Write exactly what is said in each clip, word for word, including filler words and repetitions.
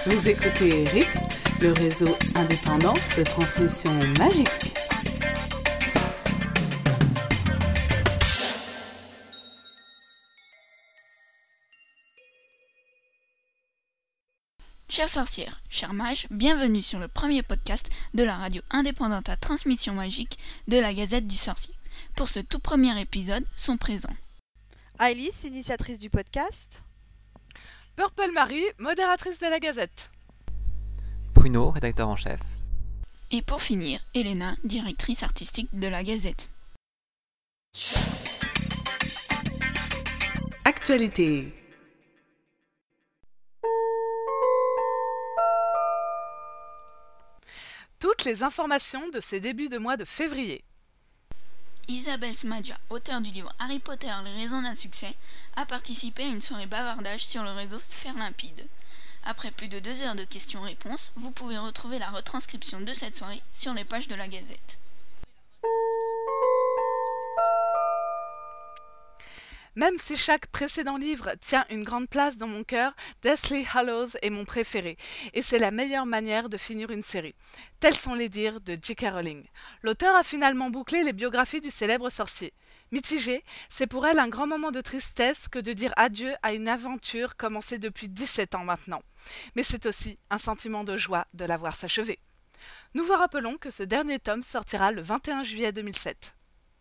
Vous écoutez Rythme, le réseau indépendant de transmission magique. Chères sorcières, chers mages, bienvenue sur le premier podcast de la radio indépendante à transmission magique de la Gazette du Sorcier. Pour ce tout premier épisode, sont présents Alice, initiatrice du podcast. Purple Marie, modératrice de la Gazette. Bruno, rédacteur en chef. Et pour finir, Elena, directrice artistique de la Gazette. Actualité. Toutes les informations de ces débuts de mois de février. Isabelle Smadja, auteure du livre Harry Potter, les raisons d'un succès, a participé à une soirée bavardage sur le réseau Sphère Limpide. Après plus de deux heures de questions-réponses, vous pouvez retrouver la retranscription de cette soirée sur les pages de la Gazette. Même si chaque précédent livre tient une grande place dans mon cœur, Deathly Hallows est mon préféré, et c'est la meilleure manière de finir une série. Tels sont les dires de J K Rowling. L'auteur a finalement bouclé les biographies du célèbre sorcier. Mitigée, c'est pour elle un grand moment de tristesse que de dire adieu à une aventure commencée depuis dix-sept ans maintenant. Mais c'est aussi un sentiment de joie de la voir s'achever. Nous vous rappelons que ce dernier tome sortira le vingt et un juillet deux mille sept.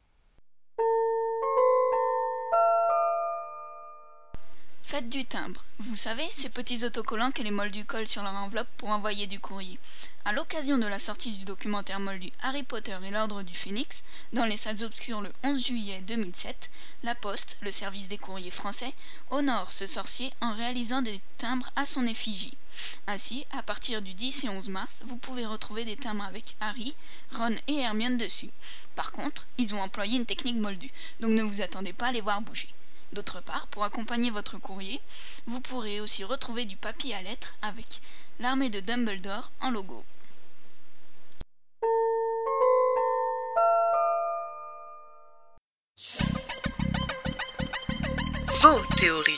Faites du timbre. Vous savez, ces petits autocollants que les moldus collent sur leur enveloppe pour envoyer du courrier. À l'occasion de la sortie du documentaire moldu Harry Potter et l'Ordre du Phénix, dans les salles obscures le onze juillet deux mille sept, La Poste, le service des courriers français, honore ce sorcier en réalisant des timbres à son effigie. Ainsi, à partir du dix et onze mars, vous pouvez retrouver des timbres avec Harry, Ron et Hermione dessus. Par contre, ils ont employé une technique moldue, donc ne vous attendez pas à les voir bouger. D'autre part, pour accompagner votre courrier, vous pourrez aussi retrouver du papier à lettres avec l'armée de Dumbledore en logo. Vos théories.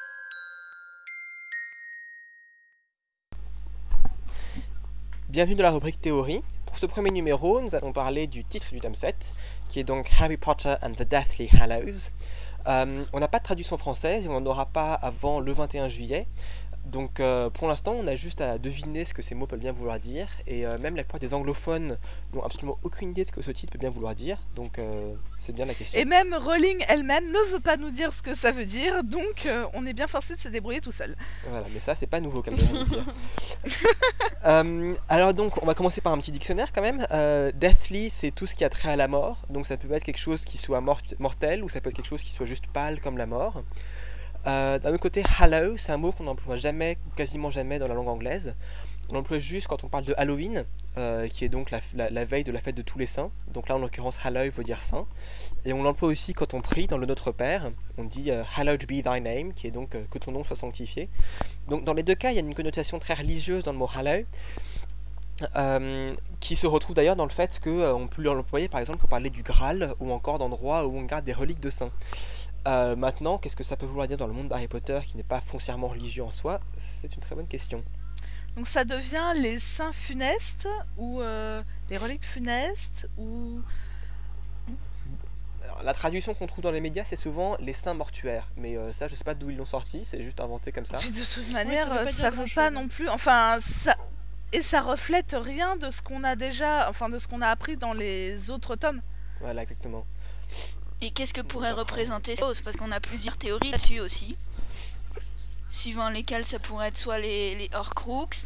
Bienvenue dans la rubrique théorie. Pour ce premier numéro, nous allons parler du titre du tome sept, qui est donc Harry Potter and the Deathly Hallows. Euh, on n'a pas de traduction française et on n'en aura pas avant le vingt et un juillet. Donc euh, pour l'instant, on a juste à deviner ce que ces mots peuvent bien vouloir dire. Et euh, même la plupart des anglophones n'ont absolument aucune idée de ce que ce titre peut bien vouloir dire. Donc euh, c'est bien la question. Et même Rowling elle-même ne veut pas nous dire ce que ça veut dire, donc euh, on est bien forcé de se débrouiller tout seul. Voilà, mais ça c'est pas nouveau comme de dire. euh, alors donc on va commencer par un petit dictionnaire quand même. Euh, Deathly, c'est tout ce qui a trait à la mort. Donc ça peut être quelque chose qui soit mort- mortel ou ça peut être quelque chose qui soit juste pâle comme la mort. Euh, d'un autre côté, Hallow, c'est un mot qu'on n'emploie jamais, quasiment jamais dans la langue anglaise. On l'emploie juste quand on parle de Halloween, euh, qui est donc la, la, la veille de la fête de tous les saints. Donc là, en l'occurrence, Hallow veut dire saint. Et on l'emploie aussi quand on prie dans le Notre Père. On dit euh, Hallowed be thy name, qui est donc euh, que ton nom soit sanctifié. Donc dans les deux cas, il y a une connotation très religieuse dans le mot Hallow, euh, qui se retrouve d'ailleurs dans le fait qu'on euh, peut l'employer par exemple pour parler du Graal, ou encore d'endroits où on garde des reliques de saints. Euh, maintenant, qu'est-ce que ça peut vouloir dire dans le monde d'Harry Potter qui n'est pas foncièrement religieux en soi? C'est une très bonne question. Donc ça devient les saints funestes ou euh, les reliques funestes ou... Alors, la traduction qu'on trouve dans les médias, c'est souvent les saints mortuaires. Mais euh, ça, je sais pas d'où ils l'ont sorti, c'est juste inventé comme ça. Puis de toute manière, Oui, ça veut pas ça dire veut grand-chose, pas hein. non plus... Enfin, ça... Et ça reflète rien de ce qu'on a déjà... Enfin, de ce qu'on a appris dans les autres tomes. Voilà, exactement. Et qu'est-ce que pourrait représenter ça? Parce qu'on a plusieurs théories là-dessus aussi. Suivant lesquelles ça pourrait être soit les, les Horcruxes.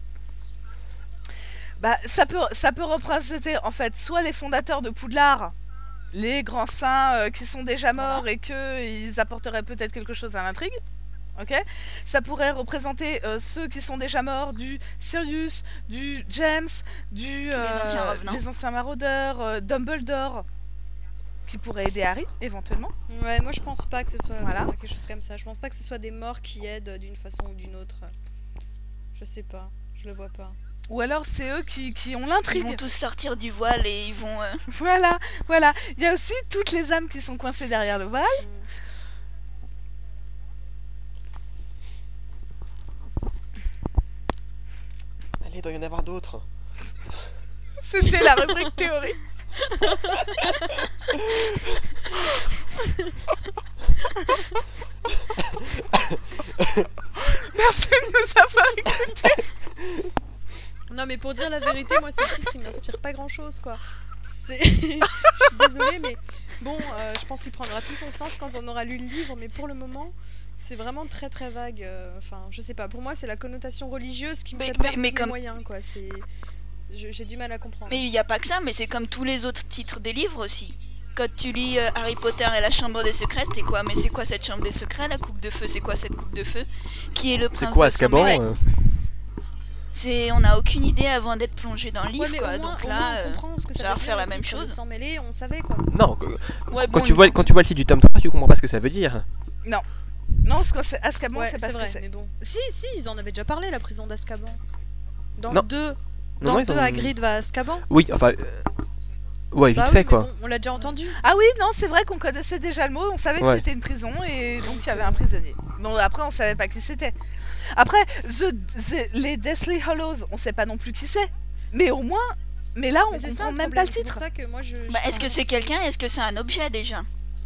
Bah, ça peut, ça peut représenter, en fait, soit les fondateurs de Poudlard, les grands saints euh, qui sont déjà morts Voilà. et qu'ils apporteraient peut-être quelque chose à l'intrigue. Ok, ça pourrait représenter euh, ceux qui sont déjà morts, du Sirius, du James, du Tous les anciens revenants. les anciens maraudeurs, euh, Dumbledore, qui pourrait aider Harry éventuellement. Ouais, moi je pense pas que ce soit Voilà. euh, quelque chose comme ça. Je pense pas que ce soit des morts qui aident d'une façon ou d'une autre. Je sais pas, je le vois pas. Ou alors c'est eux qui, qui ont Ils l'intrigue. vont tous sortir du voile et ils vont... euh, Voilà, voilà. Il y a aussi toutes les âmes qui sont coincées derrière le voile. Allez, il doit y en avoir d'autres. C'était la rubrique théorie. Merci de nous avoir écoutés. Non, mais pour dire la vérité, moi, ce titre, il m'inspire pas grand-chose, quoi. C'est... Je suis désolée, mais bon, euh, je pense qu'il prendra tout son sens quand on aura lu le livre, mais pour le moment, c'est vraiment très très vague. euh, Enfin, je sais pas, pour moi, c'est la connotation religieuse qui me Mais- fait mais- perdre mais tous les comme- moyens, quoi. C'est... je- J'ai du mal à comprendre. Mais il n'y a pas que ça, mais c'est comme tous les autres titres des livres aussi. Quand tu lis euh, Harry Potter et la chambre des secrets, c'était quoi? Mais c'est quoi cette chambre des secrets? La coupe de feu, c'est quoi cette coupe de feu? Qui est le C'est prince quoi, de Azkaban Sang-Mêlé? euh C'est, on n'a aucune idée avant d'être plongé dans le livre, Ouais, mais quoi. au moins, Donc au moins, là, on euh, comprend ce que ça, ça va veut refaire dire, la le même titre de chose. Sans mêlé, on savait, quoi. Non, que- ouais, quand, bon, tu vois, quand tu vois le titre du tome trois, tu comprends pas ce que ça veut dire. Non, parce que c'est Azkaban, Ouais, c'est c'est pas ce vrai, que c'est. mais bon. Si, si, ils en avaient déjà parlé, la prison d'Azkaban. Dans Non. le deux, Non, dans non, le ils deux, ont- Hagrid va à Azkaban. Oui, enfin. euh, Ouais, vite Bah fait oui, quoi. mais bon, on l'a déjà entendu. Ah oui, non, c'est vrai qu'on connaissait déjà le mot, on savait que Ouais. c'était une prison et donc il y avait un prisonnier. Bon, après, on savait pas qui c'était. Après, the, the- les Deathly Hallows, on sait pas non plus qui c'est. Mais au moins, mais là, on Mais c'est comprend ça le même problème, pas le c'est titre. pour ça que moi je. Bah, je- est-ce que c'est quelqu'un? Est-ce que c'est un objet déjà?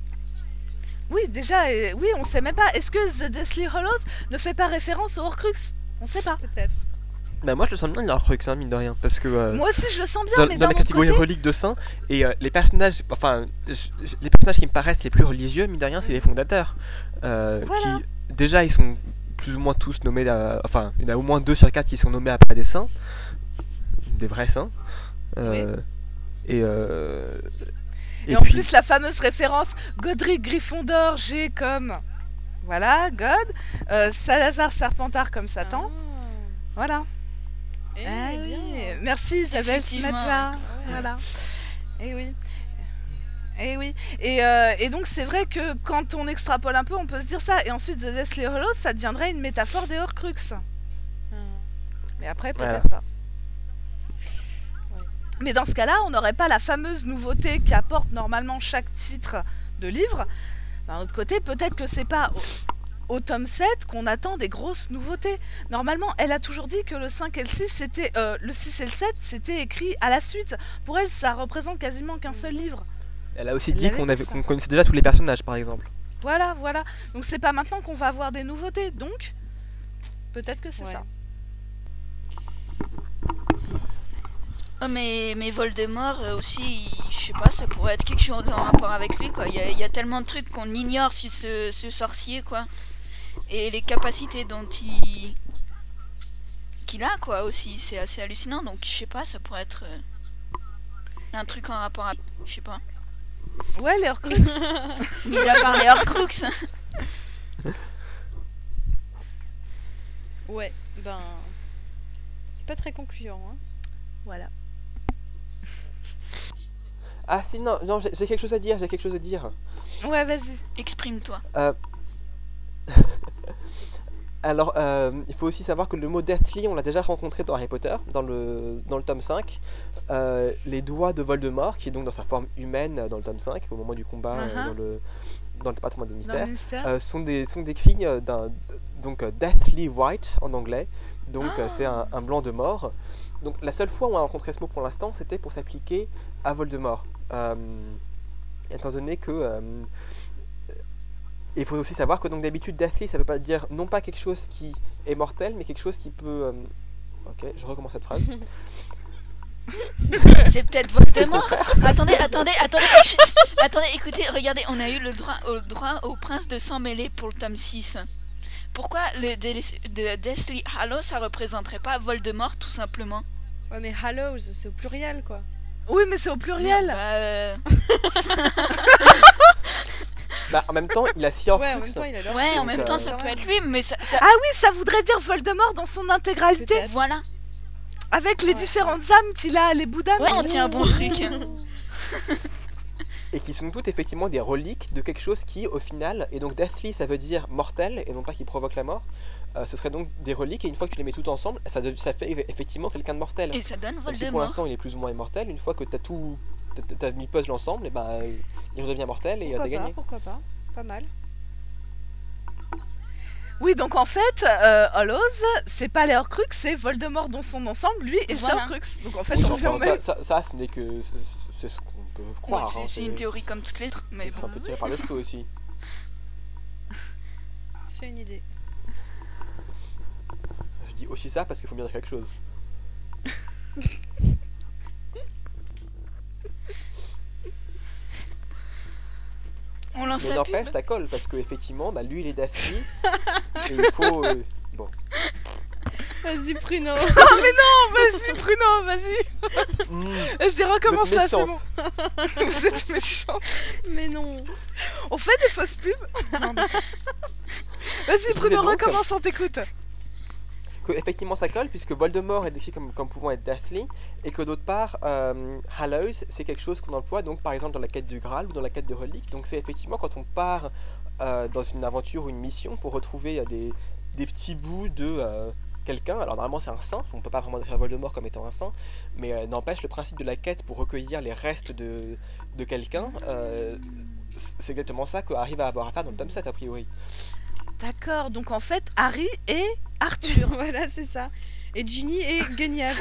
Oui, déjà, euh, oui, on sait même pas. Est-ce que The Deathly Hallows ne fait pas référence au Horcrux? On sait pas. Peut-être. Bah, moi je le sens bien, il y a un truc, hein, mine de rien. Parce que. euh, Moi aussi, je le sens bien, dans, mais dans d'un la autre catégorie côté, relique de saint, et euh, les personnages, enfin, je- je- les personnages qui me paraissent les plus religieux, mine de rien, c'est les fondateurs. Euh, Voilà. Qui, déjà, ils sont plus ou moins tous nommés, à- enfin, il y en a au moins deux sur quatre qui sont nommés après des saints, des vrais saints. Euh, Et. Euh, et, en plus, la fameuse référence Godric Gryffondor, G comme. Voilà, God. euh, Salazar Serpentard comme Satan. Ah. Voilà. Eh Ah oui. bien. Merci Isabelle Effectivement. Smadja. Ouais. Voilà. Et oui. Et oui. Et, euh, et donc c'est vrai que quand on extrapole un peu, on peut se dire ça. Et ensuite, The Deathly Hallows, ça deviendrait une métaphore des Horcruxes. Ah. Mais après, peut-être Voilà. pas. Mais dans ce cas-là, on n'aurait pas la fameuse nouveauté qu'apporte normalement chaque titre de livre. D'un autre côté, peut-être que c'est pas au, au tome sept qu'on attend des grosses nouveautés. Normalement, elle a toujours dit que le cinq et le six, c'était, euh, le six et le sept, c'était écrit à la suite. Pour elle, ça représente quasiment qu'un seul livre. Elle a aussi Elle dit l'avait qu'on dit, avait- ça. qu'on connaissait déjà tous les personnages, par exemple. Voilà, voilà. Donc c'est pas maintenant qu'on va avoir des nouveautés. Donc, peut-être que c'est Ouais. ça. Oh, mais, mais Voldemort euh, aussi, je sais pas, ça pourrait être quelque chose en rapport avec lui, quoi. Il y a, il y a tellement de trucs qu'on ignore sur ce, ce sorcier, quoi. Et les capacités dont il... qu'il a, quoi, aussi, c'est assez hallucinant. Donc, je sais pas, ça pourrait être euh, un truc en rapport avec... Je sais pas. Ouais, les Horcruxes. Mis à part les Horcruxes. Ouais, ben. C'est pas très concluant, hein. Voilà. Ah si, non, non j'ai j'ai quelque chose à dire, j'ai quelque chose à dire. Ouais, vas-y. Exprime-toi. Euh, Alors, euh, il faut aussi savoir que le mot Deathly, on l'a déjà rencontré dans Harry Potter, dans le, dans le tome cinq. Euh, les doigts de Voldemort, qui est donc dans sa forme humaine euh, dans le tome cinq, au moment du combat euh, Uh-huh. dans, le, dans le département des Dans mystères, le mystère. euh, sont, des, sont décrits euh, d'un donc euh, Deathly White en anglais. Donc euh, c'est un, un blanc de mort. Donc la seule fois où on a rencontré ce mot pour l'instant, c'était pour s'appliquer à Voldemort. Euh, étant donné que... euh, il faut aussi savoir que donc d'habitude Deathly ça veut pas dire non pas quelque chose qui est mortel mais quelque chose qui peut... euh, Ok, je recommence cette phrase. C'est peut-être C'est le Voldemort. contraire. Attendez, attendez, attendez, chut, chut. Attendez, écoutez, regardez, on a eu le droit au, droit au prince de sang mêlé pour le tome six. Pourquoi le de, de Deathly Hallows, ça représenterait pas Voldemort tout simplement? Ouais, mais Hallows, c'est au pluriel, quoi. Oui, mais c'est au pluriel. Bah, euh, Bah, en même temps, il a six Ouais, Horcruxes. en même temps, il a l'air. ouais, en Donc, même euh, temps, ça quand peut même. être lui, mais ça... ça- Ah oui, ça voudrait dire Voldemort dans son intégralité, Peut-être. Voilà. avec les Ouais. différentes âmes qu'il a, les bouddhas. Ouais, on tient un bon truc. Et qui sont toutes effectivement des reliques de quelque chose qui, au final, et donc Deathly ça veut dire mortel et non pas qui provoque la mort. Euh, ce serait donc des reliques et une fois que tu les mets toutes ensemble, ça, dev- ça fait effectivement quelqu'un de mortel. Et ça donne Même si pour Voldemort. l'instant il est plus ou moins immortel, une fois que t'as tout, t'as- t'as mis le puzzle ensemble, et ben il redevient mortel et euh, Pourquoi t'as pas, gagné. pourquoi pas. Pas mal. Oui, donc en fait, euh, Hollows, c'est pas les Horcruxes, c'est Voldemort dans son ensemble, lui et Voilà. ses Horcruxes. Donc en fait, Oui, on enfin, revient au même. ça, ça, ça, ce n'est que. c'est- C'est ce qu'on peut Ouais, croire. c'est hein, c'est une théorie comme toutes les autres, mais C'est bon. un peu tiré par les cheveux aussi. C'est une idée. Je dis aussi ça parce qu'il faut bien dire quelque chose. On lance Mais la pub. n'empêche, ça colle parce qu'effectivement, bah, lui il est Daphne. Et il faut. euh, Bon. Vas-y, Pruno. Vas-y, Bruno, vas-y. Mmh, Vas-y, recommence vous êtes ça, c'est bon. méchante. Vous êtes méchants. Mais non. On fait des fausses pubs Non, non. Vas-y, Je Bruno, disais donc- recommence, on t'écoute. Que effectivement ça colle puisque Voldemort est décrit comme, comme pouvant être Deathly et que d'autre part euh, Hallows c'est quelque chose qu'on emploie donc par exemple dans la quête du Graal ou dans la quête de reliques, donc c'est effectivement quand on part euh, dans une aventure ou une mission pour retrouver euh, des, des petits bouts de euh, quelqu'un. Alors normalement c'est un saint, on ne peut pas vraiment décrire Voldemort comme étant un saint, mais euh, n'empêche le principe de la quête pour recueillir les restes de, de quelqu'un, euh, c'est exactement ça qu'arrive à avoir à faire dans le tome sept a priori. D'accord, donc en fait, Harry et Arthur. Voilà, c'est ça. Et Ginny et Guignard.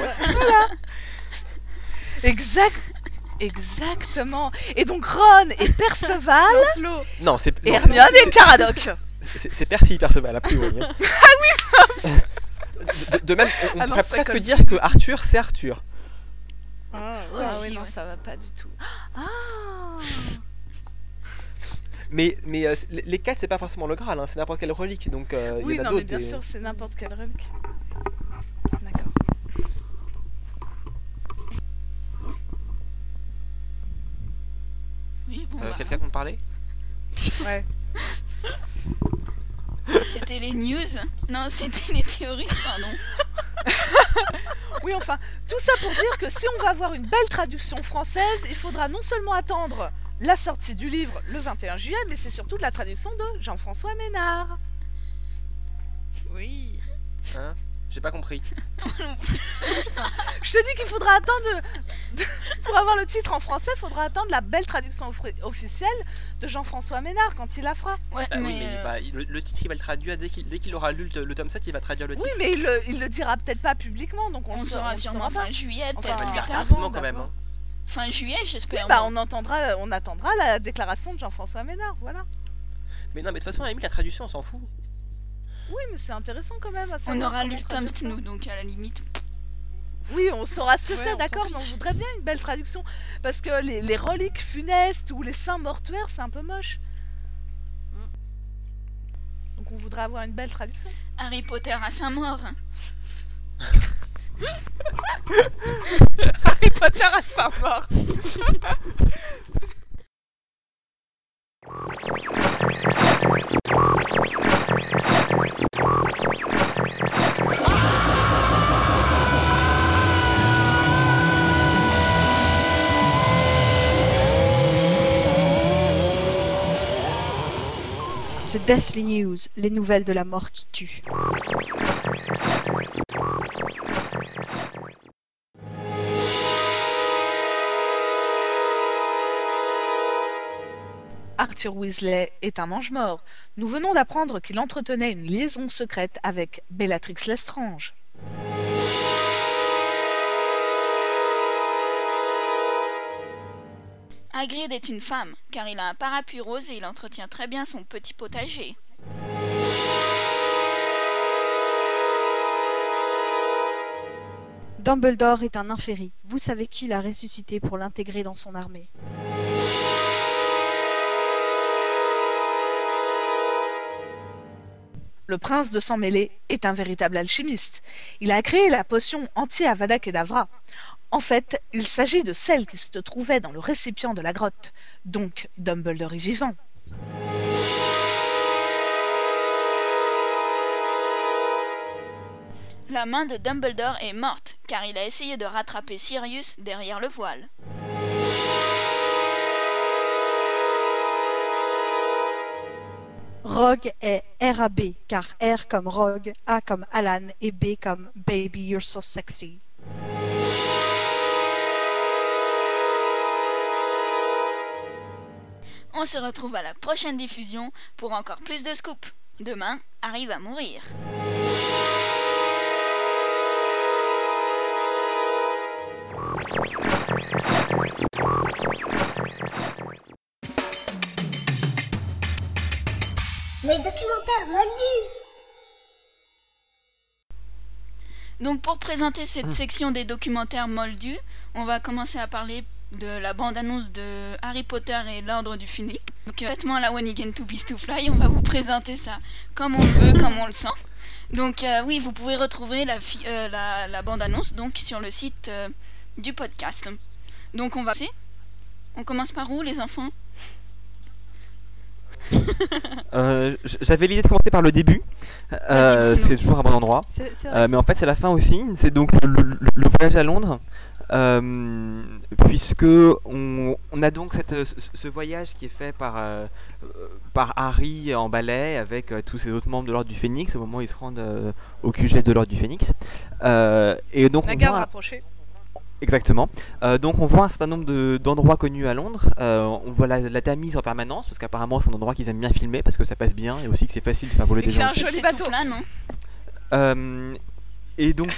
Exact. Exactement. Et donc Ron et Perceval Lancelot. Non, c'est et non, Hermione c'est- et Caradoc. C'est c'est Percy Perceval, a priori. Hein. Ah oui, de, de même, on, on Ah non, pourrait ça presque colle. dire que Arthur, c'est Arthur. Ah, Ouais, Ah si, oui, non, ouais. ça va pas du tout. Ah. Mais, mais euh, les les quêtes, c'est pas forcément le Graal, hein, c'est n'importe quelle relique. Donc, euh, il Oui, y en a non, mais d'autres. bien des- sûr, c'est n'importe quel relique. D'accord. Oui, bon, Euh, bah, Quelqu'un compte parler Ouais. c'était les news. Non, c'était les théories, pardon. Oui, enfin, tout ça pour dire que si on va avoir une belle traduction française, il faudra non seulement attendre la sortie du livre le vingt et un juillet, mais c'est surtout de la traduction de Jean-François Ménard. oui. Hein J'ai pas compris. Je te dis qu'il faudra attendre... de- Pour avoir le titre en français, il faudra attendre la belle traduction offri- officielle de Jean-François Ménard quand il la fera. Ouais, Bah mais, oui, mais il euh, va- il- le, le titre, il va le traduire dès qu'il dès qu'il aura lu le, le tome sept, il va traduire le titre. Oui, mais il le, il le dira peut-être pas publiquement, donc on, on le le saura saura on le sûrement saura pas. fin juillet, Enfin, Il va peut-être le plus dire Ah, tard. rapidement bon, quand même. d'accord. hein. Fin juillet, Oui, j'espère. bah moi. on entendra, on attendra la déclaration de Jean-François Ménard, voilà. Mais non, mais de toute façon, à la limite, la traduction, on s'en fout. Oui, mais c'est intéressant quand même. À On savoir aura comment lu le traduire tome ça. nous, donc à la limite. Oui, on saura ce que Ouais, c'est, on d'accord, s'en mais on fiche. voudrait bien une belle traduction. Parce que les, les reliques funestes ou les saints mortuaires, c'est un peu moche. Donc on voudrait avoir une belle traduction. Harry Potter à Saint-Maur. Harry Potter à Saint-Maur. The Deathly News, les nouvelles de la mort qui tue. Arthur Weasley est un mange-mort. Nous venons d'apprendre qu'il entretenait une liaison secrète avec Bellatrix Lestrange. Hagrid est une femme, car il a un parapluie rose et il entretient très bien son petit potager. Dumbledore est un inféri. Vous savez qui l'a ressuscité pour l'intégrer dans son armée. Le prince de sang mêlé est un véritable alchimiste. Il a créé la potion anti-Avada Kedavra. En fait, il s'agit de celle qui se trouvait dans le récipient de la grotte, donc Dumbledore est vivant. La main de Dumbledore est morte, car il a essayé de rattraper Sirius derrière le voile. Rogue est R A B, car R comme Rogue, A comme Alan et B comme Baby You're So Sexy. On se retrouve à la prochaine diffusion pour encore plus de scoops. Demain, Harry va mourir. Les documentaires Moldus. Donc pour présenter cette section des documentaires moldus, on va commencer à parler de la bande-annonce de Harry Potter et l'Ordre du Phénix. Donc complètement à la When Again to Beast to Fly, on va vous présenter ça comme on le veut, comme on le sent. Donc euh, oui, vous pouvez retrouver la, fi- euh, la, la bande-annonce donc sur le site euh, du podcast. Donc on va... On commence par où les enfants ? Euh, j- J'avais l'idée de commencer par le début. Euh, Bruno. c'est toujours un bon endroit. C'est c'est vrai. Euh, que mais en fait, c'est la fin aussi. C'est donc le, le- le voyage à Londres. Euh, puisque on, on a donc cette, ce, ce voyage qui est fait par, euh, euh, par Harry en balai avec euh, tous ces autres membres de l'Ordre du Phénix au moment où ils se rendent euh, au Q G de l'Ordre du Phénix. Euh, et donc La on garde voit- rapprochée. Exactement. Euh, donc on voit un certain nombre de- d'endroits connus à Londres. Euh, on voit la, la Tamise en permanence parce qu'apparemment c'est un endroit qu'ils aiment bien filmer parce que ça passe bien et aussi que c'est facile de faire voler Et des que c'est gens. un joli C'est bateau. tout plat, non ? Euh, et donc,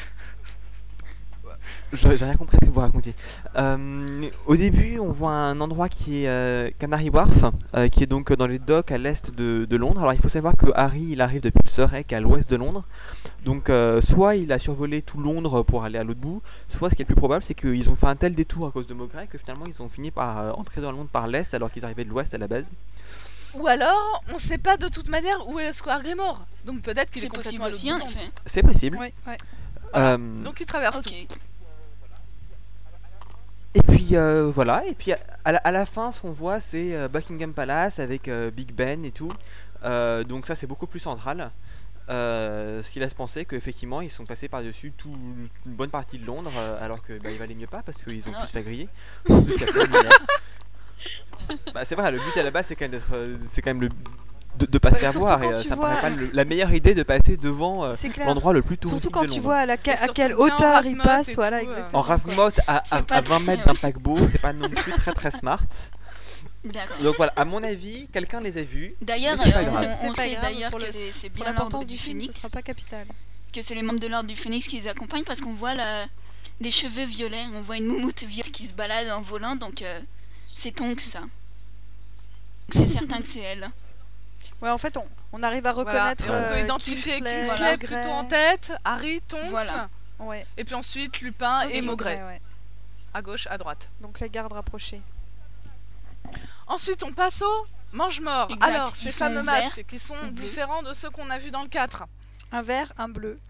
j'ai j'ai rien compris à ce que vous racontiez. Euh, au début, on voit un endroit qui est euh, Canary Wharf, euh, qui est donc dans les docks à l'est de, de Londres. Alors il faut savoir que Harry, il arrive depuis le Surrey, qui est à l'ouest de Londres. Donc euh, soit il a survolé tout Londres pour aller à l'autre bout, soit ce qui est le plus probable, c'est qu'ils ont fait un tel détour à cause de Maugrey que finalement ils ont fini par euh, entrer dans Londres par l'est alors qu'ils arrivaient de l'ouest à la base. Ou alors, on sait pas de toute manière où est le Square Grimoire. Donc peut-être qu'il est C'est possible complètement à l'autre aussi bout en du monde. effet. C'est possible. Ouais, ouais. Voilà. Euh, Donc il traverse Ok. tout. Et puis euh, voilà, et puis à, à la, à la fin, ce qu'on voit, c'est euh, Buckingham Palace avec euh, Big Ben et tout. Euh, donc ça, c'est beaucoup plus central. Euh, ce qui laisse penser qu'effectivement, ils sont passés par-dessus tout, une bonne partie de Londres, euh, alors que bah, il valait mieux pas parce qu'ils ont Ah. pu se faire griller. En plus, il y a plein de milliards. Bah, c'est vrai, le but à la base, c'est quand même d'être, euh, c'est quand même le de, de pas se Ouais, faire surtout voir. quand Et euh, tu ça me vois- paraît pas le- la meilleure idée de passer devant euh, C'est clair. l'endroit le plus touristique Surtout quand de tu Londres. vois à, la ca- Et à surtout quelle bien en hauteur il razmote passe, et voilà, tout, euh. exactement. En razmote à, C'est à, pas à vingt très- mètres d'un paquebot, c'est pas non plus très très smart. D'accord. Donc voilà, à mon avis, quelqu'un les a vus. D'ailleurs, Mais c'est pas euh, grave. on, on C'est pas sait grave, d'ailleurs pour que le- c'est- c'est Pour bien l'ordre l'importance du du film, ce Phénix, sera pas capital. que c'est les membres de l'ordre du Phénix qui les accompagnent parce qu'on voit la... des cheveux violets, on voit une moumoute violette qui se balade en volant, donc euh, c'est Tonks ça. C'est certain que c'est elle. Ouais, en fait, on, on arrive à Voilà. reconnaître. Et on peut euh, identifier Kingsley, Kingsley Maugrey. plutôt en tête, Harry, Tonks, Voilà. Ouais. et puis ensuite Lupin et Ok, Maugrey, ouais, ouais. à gauche, à droite. Donc la garde rapprochée. Ensuite, on passe au mange-mort. Exact, Alors, ils ces sont fameux verts masques qui sont ou bleus. différents de ceux qu'on a vus dans le quatre. Un vert, un bleu.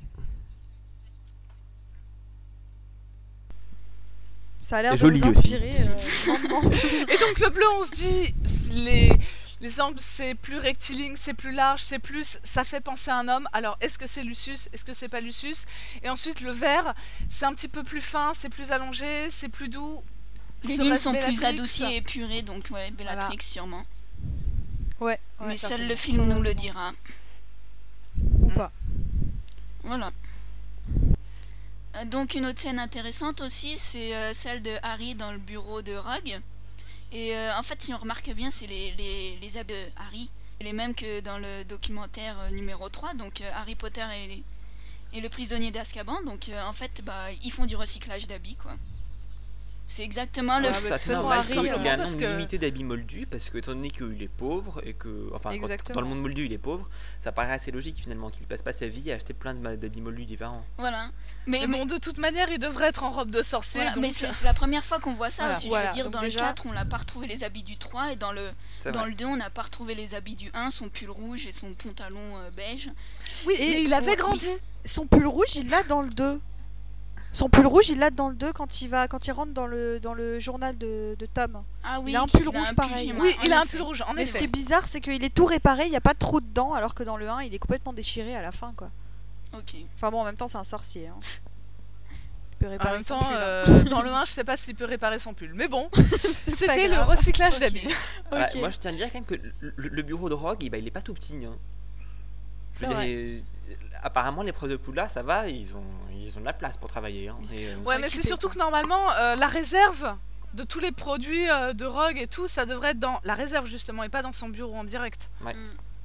Ça a l'air de Joli vous aussi. inspirer euh, grandement. Et donc le bleu, on se dit, les, les angles, c'est plus rectiligne, c'est plus large, c'est plus, ça fait penser à un homme. Alors, est-ce que c'est Lucius, est-ce que c'est pas Lucius? Et ensuite, le vert, c'est un petit peu plus fin, c'est plus allongé, c'est plus doux. Les Serait-ce lignes sont plus Bellatrix? adoucies et épurées, donc ouais, Bellatrix Voilà. sûrement. Ouais, Mais ouais, seul certainement. le film nous le dira. Ou pas. Voilà. Euh, Donc une autre scène intéressante aussi, c'est euh, celle de Harry dans le bureau de Rogue. Et euh, en fait, si on remarque bien, c'est les, les, les habits de Harry, les mêmes que dans le documentaire euh, numéro trois, donc euh, Harry Potter et, les- et le prisonnier d'Azkaban. Donc euh, en fait, bah, ils font du recyclage d'habits, quoi. C'est exactement le... Ouais, mais Ça, de c'est toute façon, normal, Harry, sauf qu'il y a euh, un parce nombre que- limité d'habits moldus parce que étant donné qu'il est pauvre et que enfin quand- Exactement. dans le monde moldu il est pauvre, ça paraît assez logique finalement qu'il passe pas sa vie à acheter plein de ma- d'habits moldus différents. Voilà. Mais, Mais mais- bon, de toute manière, il devrait être en robe de sorcier. voilà, donc, mais c'est c'est la première fois qu'on voit ça Voilà. aussi. Je Voilà, veux dire, donc dans déjà- le quatre, on n'a pas retrouvé les habits du trois, et dans le, C'est dans vrai. le deux, on n'a pas retrouvé les habits du un, son pull rouge et son pantalon euh, beige. oui, Et- mais il avait oui. grandi. Son pull rouge, il l'a dans le deux. Son pull rouge, il l'a dans le deux quand il va, quand il rentre dans le, dans le journal de, de Tom. Ah oui, Il a un qu'il pull rouge un pareil. pyjama, Oui, en il a un effet. pull rouge, en Mais ce qui effet. est bizarre, c'est qu'il est tout réparé, il n'y a pas de trou dedans, alors que dans le un, il est complètement déchiré à la fin, quoi. Ok. Enfin bon, en même temps, c'est un sorcier. Hein. Il peut En réparer même son temps, pull, hein. euh, dans le un, je sais pas s'il peut réparer son pull. Mais bon, pas c'était le grave. recyclage Ok. d'habits. Voilà, Ok. moi je tiens à dire quand même que le, le- le bureau de Rogue, eh ben, il est pas tout petit. Hein. Je veux C'est dire, il- apparemment les profs de Poudlard ça va, ils ont, ils ont de la place pour travailler. Hein. Ils Et, euh, sont- Ouais, mais c'est occupés, surtout quoi. que normalement, euh, la réserve de tous les produits euh, de Rogue et tout, ça devrait être dans la réserve justement et pas dans son bureau en direct.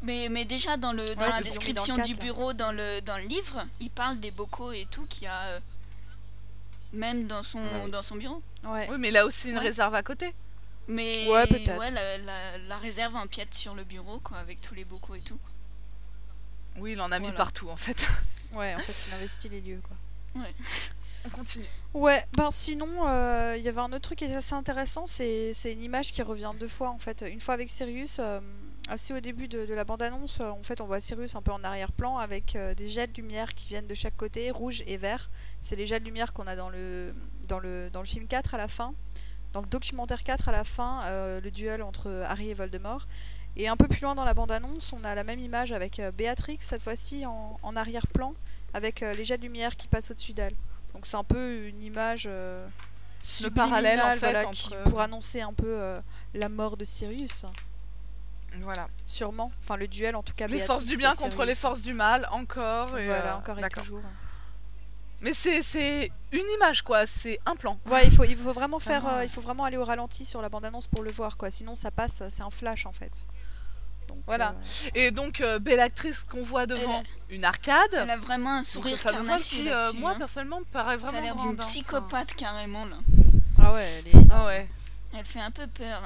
Mais, mais déjà dans, le, dans Ouais, la c'est ce qu'ils ont mis dans description le du quatre, là. bureau dans le, dans le livre, il parle des bocaux et tout qu'il y a euh, même dans son, Ouais. dans son bureau. Ouais. Oui, mais il a aussi une Ouais. réserve à côté. Mais Ouais, peut-être. ouais, la, la, la réserve empiète sur le bureau quoi, avec tous les bocaux et tout. Oui, il en a mis Voilà. partout en fait. Ouais, en fait, il investit les lieux, quoi. On continue. Ouais, ben sinon, euh, il y avait un autre truc qui est assez intéressant, c'est c'est une image qui revient deux fois, en fait. Une fois avec Sirius, euh, assez au début de, de la bande-annonce, euh, en fait, on voit Sirius un peu en arrière-plan avec euh, des jets de lumière qui viennent de chaque côté, rouge et vert. C'est les jets de lumière qu'on a dans le, dans, le, dans le film quatre à la fin. Dans le documentaire quatre à la fin, euh, le duel entre Harry et Voldemort. Et un peu plus loin dans la bande-annonce, on a la même image avec euh, Béatrix, cette fois-ci en, en arrière-plan, avec euh, les jets de lumière qui passent au-dessus d'elle. Donc c'est un peu une image euh, Le parallèle, en subliminale, fait, voilà, entre- qui- pour annoncer un peu euh, la mort de Sirius, Voilà. sûrement. Enfin le duel en tout cas. Les Béatrix forces du bien et contre Sirius. les forces du mal, encore. Et, Voilà, euh, encore et d'accord. toujours. Mais c'est c'est une image quoi, c'est un plan. Ouais, il faut, il faut vraiment faire, Vraiment, euh, ouais. il faut vraiment aller au ralenti sur la bande-annonce pour le voir, quoi. Sinon ça passe, c'est un flash en fait. Donc, Voilà. euh, Et donc euh, Bellatrix qu'on voit devant une arcade. Elle a vraiment un Donc, sourire le fameux voile carnassier qui, euh, là-dessus, moi hein. personnellement, me paraît Ça a vraiment l'air d'une grande, hein. psychopathe carrément là. Ah ouais, elle est Ah ouais. Elle fait un peu peur.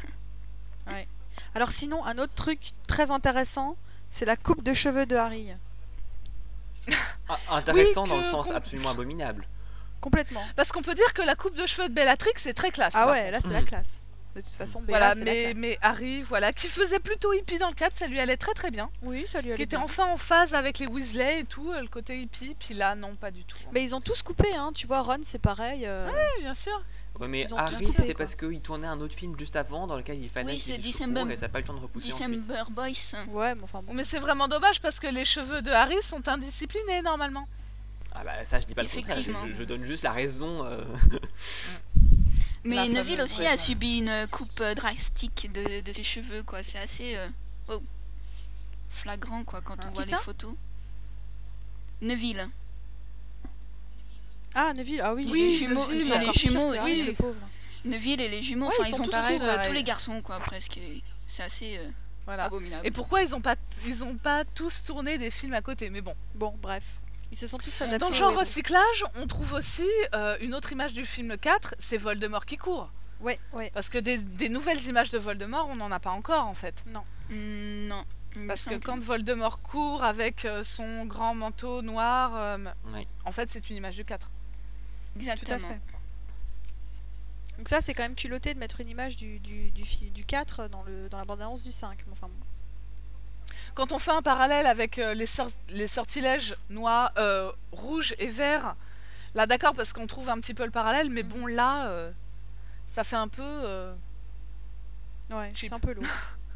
Alors sinon, un autre truc très intéressant, c'est la coupe de cheveux de Harry. Ah, intéressant Oui, dans le que- sens qu'on- absolument abominable. Complètement. Parce qu'on peut dire que la coupe de cheveux de Bellatrix est très classe. Ah par ouais, contre. là c'est la Mm. classe. De toute façon, Bella, Voilà, c'est la mais, classe. mais Harry, voilà, qui faisait plutôt hippie dans le cadre, ça lui allait très très bien. Oui, ça lui Qui allait était bien. enfin en phase avec les Weasley et tout, euh, le côté hippie, puis là, non, pas du tout. Mais ils ont tous coupé, hein. Tu vois, Ron, c'est pareil. euh, Oui, bien sûr. Ouais, mais Ils ont tous Harry, coupé, c'était quoi. parce qu'il tournait un autre film juste avant dans lequel il fallait Oui, qu'il c'est ait des cheveux December- courts et ça n'a pas eu le temps de repousser ensuite. December Boys. Ouais, mais enfin bon. Mais c'est vraiment dommage parce que les cheveux de Harry sont indisciplinés normalement. Ah bah ça je dis pas le contraire, Effectivement. je, je donne juste la raison. euh, Mais La Neville fameuse, aussi ouais, a ouais. subi une coupe euh, drastique de, de ses cheveux, quoi. C'est assez euh, oh, flagrant, quoi, quand on Qui voit ça les photos. Neville. Ah, Neville, ah oui. Les Oui, jumeaux, Neville, il y a les encore pire jumeaux que aussi. Harry, le pauvre. Neville et les jumeaux, Ouais, enfin, ils ils, sont sont tous pareils, tous euh, pareils. tous les garçons, quoi, presque. Et c'est assez euh, Voilà. abominable. Et pourquoi ils ont pas ils ont pas tous tourné des films à côté? Mais bon. Bon, bref. Ils se sont tous adaptés. Dans le au genre héros. recyclage, on trouve aussi euh, une autre image du film quatre, c'est Voldemort qui court. Ouais, ouais. Parce que des, des nouvelles images de Voldemort, on n'en a pas encore en fait. Mm, non. il me Parce que semble. quand Voldemort court avec euh, son grand manteau noir, euh, ouais. en fait c'est une image du quatre. Tout à Exactement. fait. Donc ça, c'est quand même culotté de mettre une image du, du, du, fi- du quatre dans, le, dans la bande-annonce du cinq. Mais enfin, bon. Quand on fait un parallèle avec euh, les, sor- les sortilèges noirs, euh, rouges et verts, là d'accord parce qu'on trouve un petit peu le parallèle, mais bon là, euh, ça fait un peu... euh, Ouais, Cheap. c'est un peu lourd.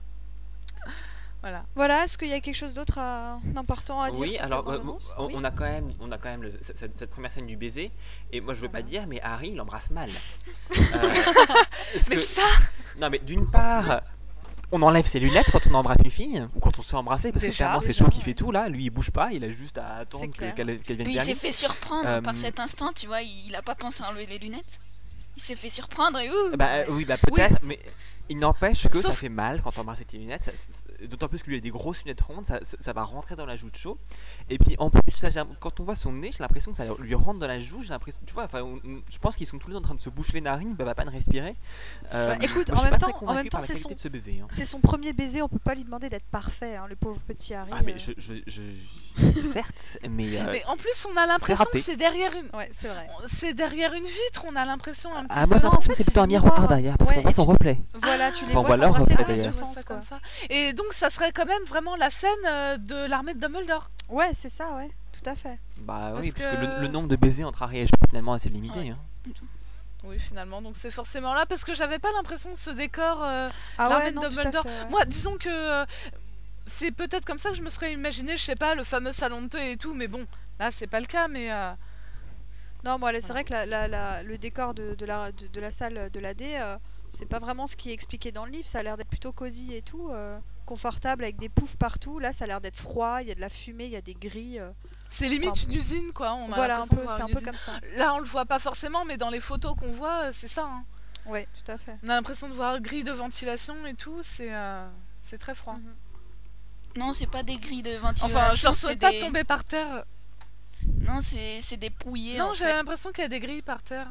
voilà. Voilà, est-ce qu'il y a quelque chose d'autre à- d'important à dire Oui, sur alors cette euh, bande-annonce on, Oui. on a quand même, on a quand même le- cette, cette première scène du baiser. Et moi je veux pas dire, mais Harry il embrasse mal. Euh, parce Mais que- ça, Non mais d'une part, on enlève ses lunettes quand on embrasse une fille ou quand on se fait embrasser parce que Déjà, clairement c'est déjà, chaud qui ouais. fait tout là. Lui il bouge pas, il a juste à attendre C'est que- clair. qu'elle qu'elle vienne Lui, il vers s'est lui. fait surprendre Euh, par cet instant, tu vois, il, il a pas pensé à enlever les lunettes. Il s'est fait surprendre et ouh. Bah euh, oui, bah peut-être, mais il n'empêche que ça Sauf- fait mal quand on embrasse tes lunettes. ça- ça- D'autant plus que lui a des grosses lunettes rondes, ça, ça- ça va rentrer dans la joue de chaud. Et puis en plus, là, j'ai- quand on voit son nez, j'ai l'impression que ça lui rentre dans la joue. J'ai l'impression, tu vois, enfin, on- on- je pense qu'ils sont tous les deux en train de se boucher les narines, bah, va pas de respirer. Euh, Bah, écoute, moi, en je suis même pas temps- très en convaincu même temps, par la c'est qualité son- de ce baiser. hein. C'est son premier baiser, on peut pas lui demander d'être parfait, hein, le pauvre petit Harry. Ah mais euh. je, je, je, certes, mais, euh, mais en plus on a l'impression raté. que c'est derrière une... Ouais, c'est vrai. C'est derrière une vitre, on a l'impression un petit ah moi peu... non, en fait, c'est c'est plutôt un des miroir miroirs. derrière parce Ouais, qu'on voit et son tu- reflet. Voilà, tu les Enfin, vois ou alors, s'embrasser reflet, dans les deux d'ailleurs. On voit sens, ça quoi. comme ça. Et donc ça serait quand même vraiment la scène euh, de l'armée de Dumbledore. Ouais, c'est ça, ouais, tout à fait. Bah Parce oui, parce que que- le, le nombre de baisers entre Harry et Ron est finalement assez limité. Ouais. hein. Oui, finalement, donc c'est forcément là parce que j'avais pas l'impression de ce décor euh, Ah l'armée ouais, de non, tout à Dumbledore. fait, ouais. Moi, disons que euh, c'est peut-être comme ça que je me serais imaginé, je sais pas, le fameux salon de thé et tout, mais bon, là c'est pas le cas, mais euh, Non, moi, c'est vrai que la, la- la- le décor de, de la, de, de la salle de l'A D, euh, c'est pas vraiment ce qui est expliqué dans le livre. Ça a l'air d'être plutôt cosy et tout, euh, confortable avec des poufs partout. Là, ça a l'air d'être froid, il y a de la fumée, il y a des grilles. euh. c'est limite Enfin, une usine quoi. On a Voilà, un l'impression peu, de voir c'est un une peu usine. comme ça. Là, on le voit pas forcément, mais dans les photos qu'on voit, euh, c'est ça. hein. Ouais, tout à fait. On a l'impression de voir grille de ventilation et tout, c'est euh, c'est très froid. Mhm. Non, c'est pas des grilles de ventilation. Enfin, je leur c'est souhaite pas des... de tomber par terre. Non, c'est, c'est des pouillés. Non, en j'ai fait. l'impression qu'il y a des grilles par terre.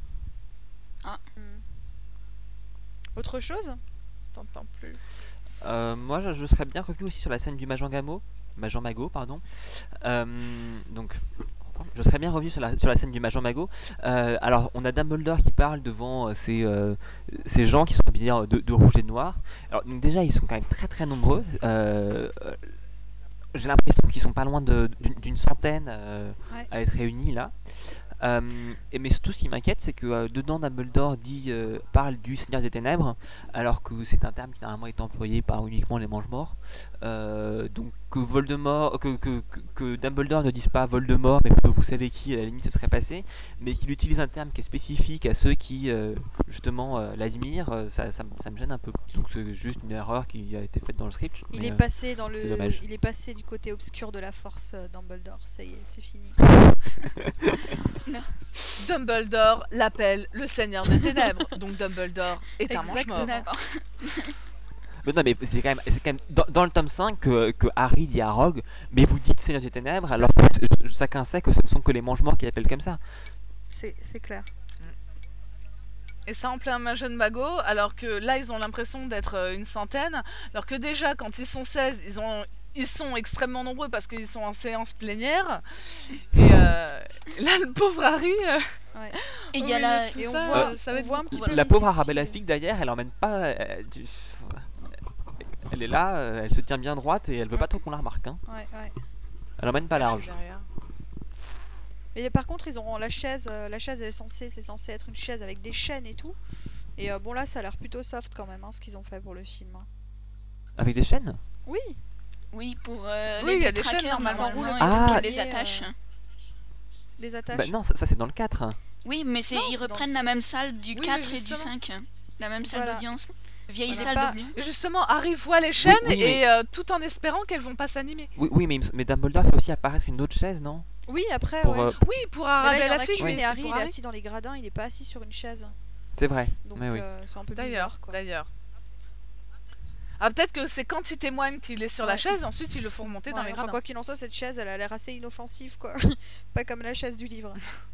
Autre chose? T'entends plus. Euh, moi, je, je serais bien revenu aussi sur la scène du Majangamo, Major Mago, pardon. Euh, donc, je serais bien revenu sur la, sur la scène du Major Mago. Euh, alors, on a Dumbledore qui parle devant euh, ces, euh, ces gens qui sont habillés de, de rouge et de noir. Alors, donc déjà, ils sont quand même très très nombreux. Euh, euh, j'ai l'impression qu'ils sont pas loin de, d'une, d'une centaine euh, Ouais. à être réunis là. Euh, et mais surtout, ce qui m'inquiète, c'est que euh, dedans, Dumbledore dit, euh, parle du Seigneur des Ténèbres, alors que c'est un terme qui normalement est employé par uniquement les Mange-Morts. Euh, donc que Voldemort, que, que, que, que Dumbledore ne dise pas Voldemort, mais plutôt vous savez qui, à la limite, ce serait passé, mais qu'il utilise un terme qui est spécifique à ceux qui euh, justement euh, l'admirent, euh, ça, ça, ça me gêne un peu. Donc c'est juste une erreur qui a été faite dans le script. Il mais, est euh, passé dans le, c'est dommage. il est passé du côté obscur de la Force, euh, Dumbledore. Ça y est, c'est fini. Dumbledore l'appelle le Seigneur des Ténèbres. Donc Dumbledore est un Exactement. mange-mort. D'accord. Mais non, mais c'est quand même, c'est quand même dans, dans le tome cinq que, que Harry dit à Rogue, mais vous dites Seigneur des Ténèbres, alors que chacun sait que ce sont que les Mange-Morts qui l'appellent comme ça. C'est, c'est clair. Et ça en plein jeune magot, alors que là ils ont l'impression d'être euh, une centaine, alors que déjà quand ils sont seize, ils, ont, ils sont extrêmement nombreux parce qu'ils sont en séance plénière. Et euh, là le pauvre Harry, euh, Ouais. Et il au y a milieu la... de tout Et on ça, voit, euh, ça va on être voit un beaucoup. petit peu La Missus pauvre Arabella Fig. Fig d'ailleurs, elle emmène pas. euh, du- Elle est là, euh, elle se tient bien droite et elle veut pas trop qu'on la remarque. Hein. Ouais, ouais. Elle emmène pas large. Derrière. Et par contre, ils auront la chaise. euh, la chaise, elle est censée, c'est censé être une chaise avec des chaînes et tout. Et euh, bon, là, ça a l'air plutôt soft quand même, hein, ce qu'ils ont fait pour le film. hein. Avec des chaînes Oui, Oui, pour euh, Oui, les il y a des chaînes, détraqueurs, normalement. normalement, Ah. et tout, Ah. les attaches. les attaches. Bah non, ça, ça, c'est dans le quatre. hein. Oui, mais c'est, Non, ils c'est dans reprennent le- la même salle du Oui, quatre mais et du justement. cinq. La même salle Voilà. d'audience. Vieille Voilà. salle Pas- d'oubli. Et justement, Harry voit les chaînes oui, mais- et euh, tout en espérant qu'elles vont pas s'animer. Oui, oui, mais, il me- mais Dumbledore fait aussi apparaître une autre chaise, non Oui, après, Pour, ouais. euh, Oui, pour Mais là, il y Arabella en a Fig, qu'une, mais et c'est Harry, pour il est Harry. assis dans les gradins, il est pas assis sur une chaise. C'est vrai. Donc mais oui. euh, c'est un peu D'ailleurs, bizarre, quoi. d'ailleurs. Ah, peut-être que c'est quand il témoigne qu'il est sur la Ouais. chaise, ensuite ils le font remonter dans Ouais, les enfin, gradins. quoi qu'il en soit, cette chaise, elle a l'air assez inoffensive, quoi. Pas comme la chaise du livre.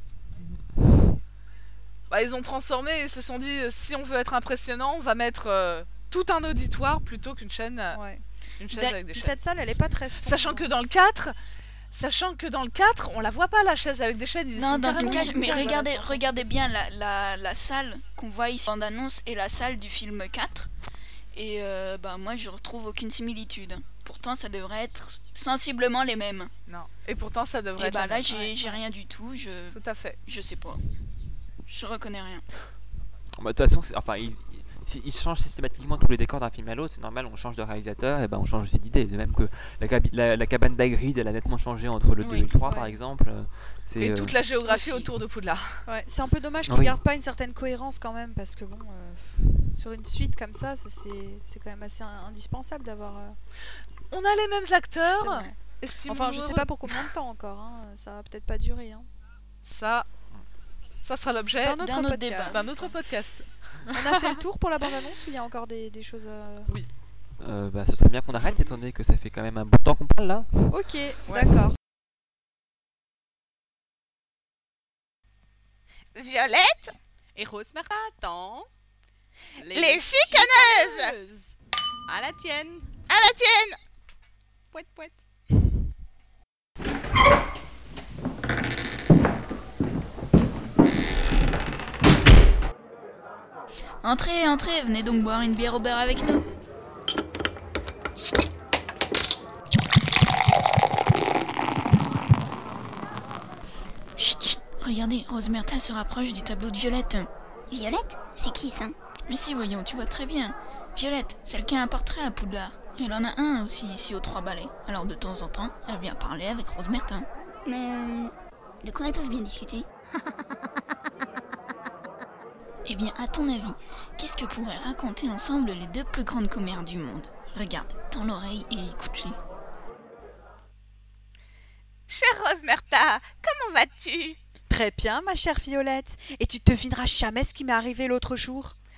Bah, ils ont transformé et se sont dit, euh, si on veut être impressionnant, on va mettre euh, tout un auditoire plutôt qu'une chaîne, euh, Ouais. une chaise D'a- avec des Puis chaînes. cette salle, elle est pas très sombre. Sachant que dans le quatre, sachant que dans le quatre, on la voit pas la chaise avec des chaînes. Ils Non, sont dans carrément une cage. Mais cage, regardez, voilà, ça. regardez bien la, la, la salle qu'on voit ici en annonce et la salle du film quatre. Et euh, bah moi je retrouve aucune similitude. Pourtant ça devrait être sensiblement les mêmes. Non. Et pourtant, ça devrait Et être bah la là même. j'ai, Ouais. j'ai rien du tout. Je Tout à fait. je sais pas. Je reconnais rien. Bah, de toute façon, c'est- enfin, ils, ils, ils changent systématiquement tous les décors d'un film à l'autre. C'est normal, on change de réalisateur, et ben on change aussi d'idée. De même que la, cabi- la, la cabane d'Hagrid, elle a nettement changé entre le deux Oui. et le trois, Ouais. par exemple. euh, C'est, Et euh, toute la géographie aussi. autour de Poudlard. Ouais, c'est un peu dommage qu'ils Oui. gardent pas une certaine cohérence quand même, parce que bon, euh, sur une suite comme ça, c'est, c'est c'est quand même assez in- indispensable d'avoir. euh, On a les mêmes c'est acteurs. vrai. Estimons Enfin, je sais pas pour combien de temps encore, hein, ça va peut-être pas durer. Hein. Ça, ça sera l'objet D'un autre d'un autre podcast. débat. d'un autre podcast. On a fait le tour pour la bande-annonce ou il y a encore des, des choses à... euh, bah, ce serait bien qu'on arrête, étant donné que ça fait quand même un bout de temps qu'on parle là. Ok, d'accord. Violette, Et Rose Mara attend. les chicaneuses, À la tienne. à la tienne. Pouette, pouette. Entrez, entrez, venez donc boire une bière au beurre avec nous. Chut, chut, regardez, Rose Myrtle se rapproche du tableau de Violette. Violette, c'est qui ça? Mais si, voyons, tu vois très bien. Violette, celle qui a un portrait à Poudlard. Elle en a un aussi ici aux Trois Balais. Alors de temps en temps, elle vient parler avec Rose Myrtle. Mais euh, de quoi elles peuvent bien discuter? Eh bien, à ton avis, qu'est-ce que pourraient raconter ensemble les deux plus grandes commères du monde? Regarde, tends l'oreille et écoute-les. Chère Rose Myrtle, comment vas-tu? Très bien, ma chère Violette. Et tu devineras jamais ce qui m'est arrivé l'autre jour.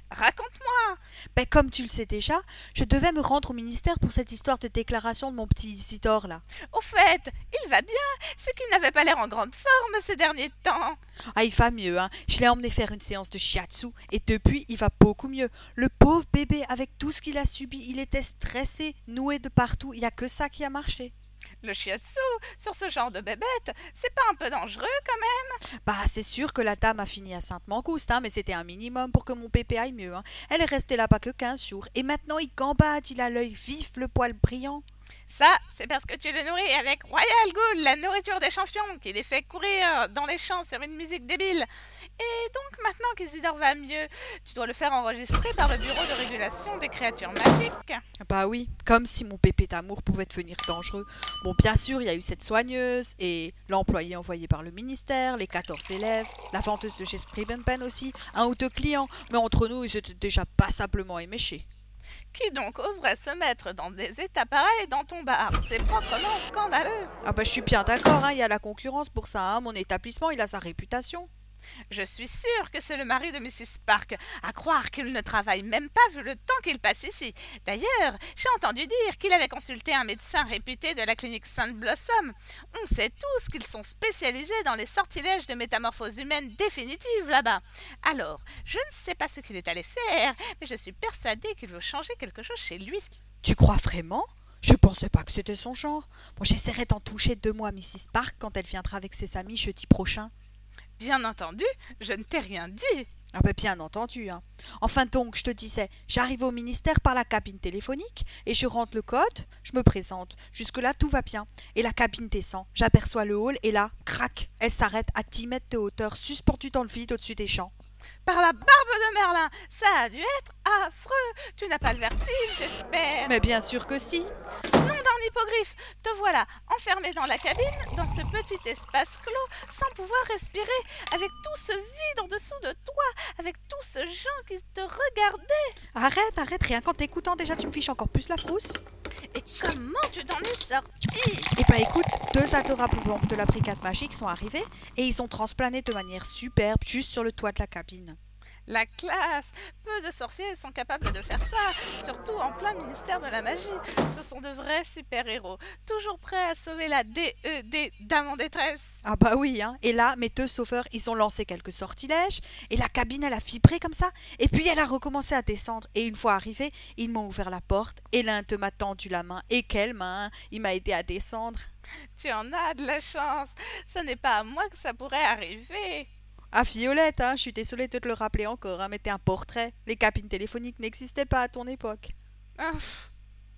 Raconte-moi. Ben, comme tu le sais déjà, je devais me rendre au ministère pour cette histoire de déclaration de mon petit Isidore là. Au fait, il va bien. C'est qu'il n'avait pas l'air en grande forme ces derniers temps. Ah, il va mieux, hein. Je l'ai emmené faire une séance de shiatsu et depuis, il va beaucoup mieux. Le pauvre bébé, avec tout ce qu'il a subi, il était stressé, noué de partout. Il n'y a que ça qui a marché. Le shiatsu, sur ce genre de bébête, c'est pas un peu dangereux quand même? Bah, c'est sûr que la dame a fini à Sainte-Mangouste, hein, mais c'était un minimum pour que mon pépé aille mieux. Hein. Elle est restée là-bas que quinze jours. Et maintenant, il gambade, il a l'œil vif, le poil brillant. Ça, c'est parce que tu le nourris avec Royal Ghoul, la nourriture des champions, qui les fait courir dans les champs sur une musique débile. Et donc, maintenant qu'Isidore va mieux, tu dois le faire enregistrer par le Bureau de régulation des créatures magiques. Bah oui, comme si mon pépé d'amour pouvait devenir dangereux. Bon, bien sûr, il y a eu cette soigneuse, et l'employé envoyé par le ministère, les quatorze élèves, la vendeuse de chez Scribenpen aussi, un ou deux clients, mais entre nous, ils étaient déjà passablement éméchés. Qui donc oserait se mettre dans des états pareils dans ton bar? C'est proprement scandaleux. Ah bah je suis bien d'accord, hein, il y a la concurrence pour ça, hein. Mon établissement, il a sa réputation. Je suis sûre que c'est le mari de missus Park. À croire qu'il ne travaille même pas vu le temps qu'il passe ici. D'ailleurs, j'ai entendu dire qu'il avait consulté un médecin réputé de la clinique Saint Blossom. On sait tous qu'ils sont spécialisés dans les sortilèges de métamorphose humaine définitive là-bas. Alors, je ne sais pas ce qu'il est allé faire, mais je suis persuadée qu'il veut changer quelque chose chez lui. Tu crois vraiment ? Je pensais pas que c'était son genre. Bon, j'essaierai d'en toucher deux mots à missus Park quand elle viendra avec ses amis jeudi prochain. Bien entendu, je ne t'ai rien dit. Ah ben bien entendu. Hein. Enfin donc, je te disais, j'arrive au ministère par la cabine téléphonique et je rentre le code, je me présente. Jusque-là, tout va bien. Et la cabine descend. J'aperçois le hall et là, crac, elle s'arrête à dix mètres de hauteur, suspendue dans le vide au-dessus des champs. Par la barbe de Merlin, ça a dû être affreux. Tu n'as pas le vertige, j'espère. Mais bien sûr que si. Nom d'un hippogriffe, te voilà enfermé dans la cabine, dans ce petit espace clos, sans pouvoir respirer, avec tout ce vide en dessous de toi, avec tous ces gens qui te regardaient. Arrête, arrête, rien qu'en t'écoutant déjà tu me fiches encore plus la frousse. Et comment tu t'en es sorti? Eh ben écoute, deux adorables bombes de la brigade magique sont arrivées et ils ont transplané de manière superbe juste sur le toit de la cabine. La classe! Peu de sorciers sont capables de faire ça, surtout en plein ministère de la magie. Ce sont de vrais super-héros, toujours prêts à sauver la D E D, Dame en détresse. Ah bah oui, hein. Et là, mes deux sauveurs, ils ont lancé quelques sortilèges, et la cabine, elle a vibré comme ça, et puis elle a recommencé à descendre. Et une fois arrivée, ils m'ont ouvert la porte, et l'un d'eux m'a tendu la main. Et quelle main! Il m'a aidé à descendre. Tu en as de la chance. Ce n'est pas à moi que ça pourrait arriver. Ah, Violette, hein, je suis désolée de te le rappeler encore, hein, mais t'es un portrait. Les cabines téléphoniques n'existaient pas à ton époque. Ouf.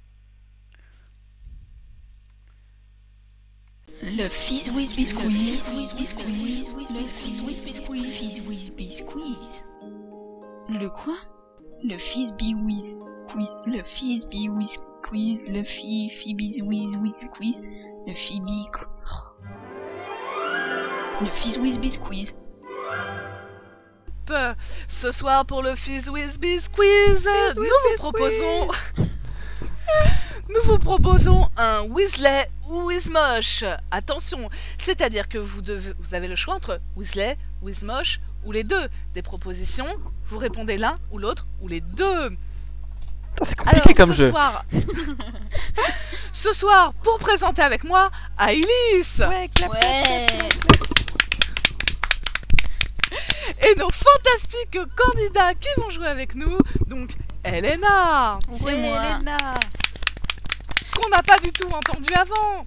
Le Fizz Whiz Biscuit. Le Fizz Whiz Biscuit. Fizz Whiz Biscuit. Le quoi? Le Fizz Whiz Quiz. Le Fizz Whiz Quiz. Le Fi Fizz Whiz Whiz Quiz. Le Phoebe. Le Fizz Whiz Biscuit. Ce soir pour le Fizz Whiz Biz Quiz, nous vous proposons nous vous proposons un Weasley ou Wizmosh. Attention, c'est-à-dire que vous, devez, vous avez le choix entre Weasley, Wizmosh ou les deux. Des propositions, vous répondez l'un ou l'autre ou les deux. C'est compliqué. Alors, comme ce jeu. Soir, ce soir, pour présenter avec moi, Ailis. Ouais, clap, ouais. clap, clap, clap, clap. Et nos fantastiques candidats qui vont jouer avec nous, donc Elena. C'est ouais, moi. Elena. Qu'on n'a pas du tout entendu avant.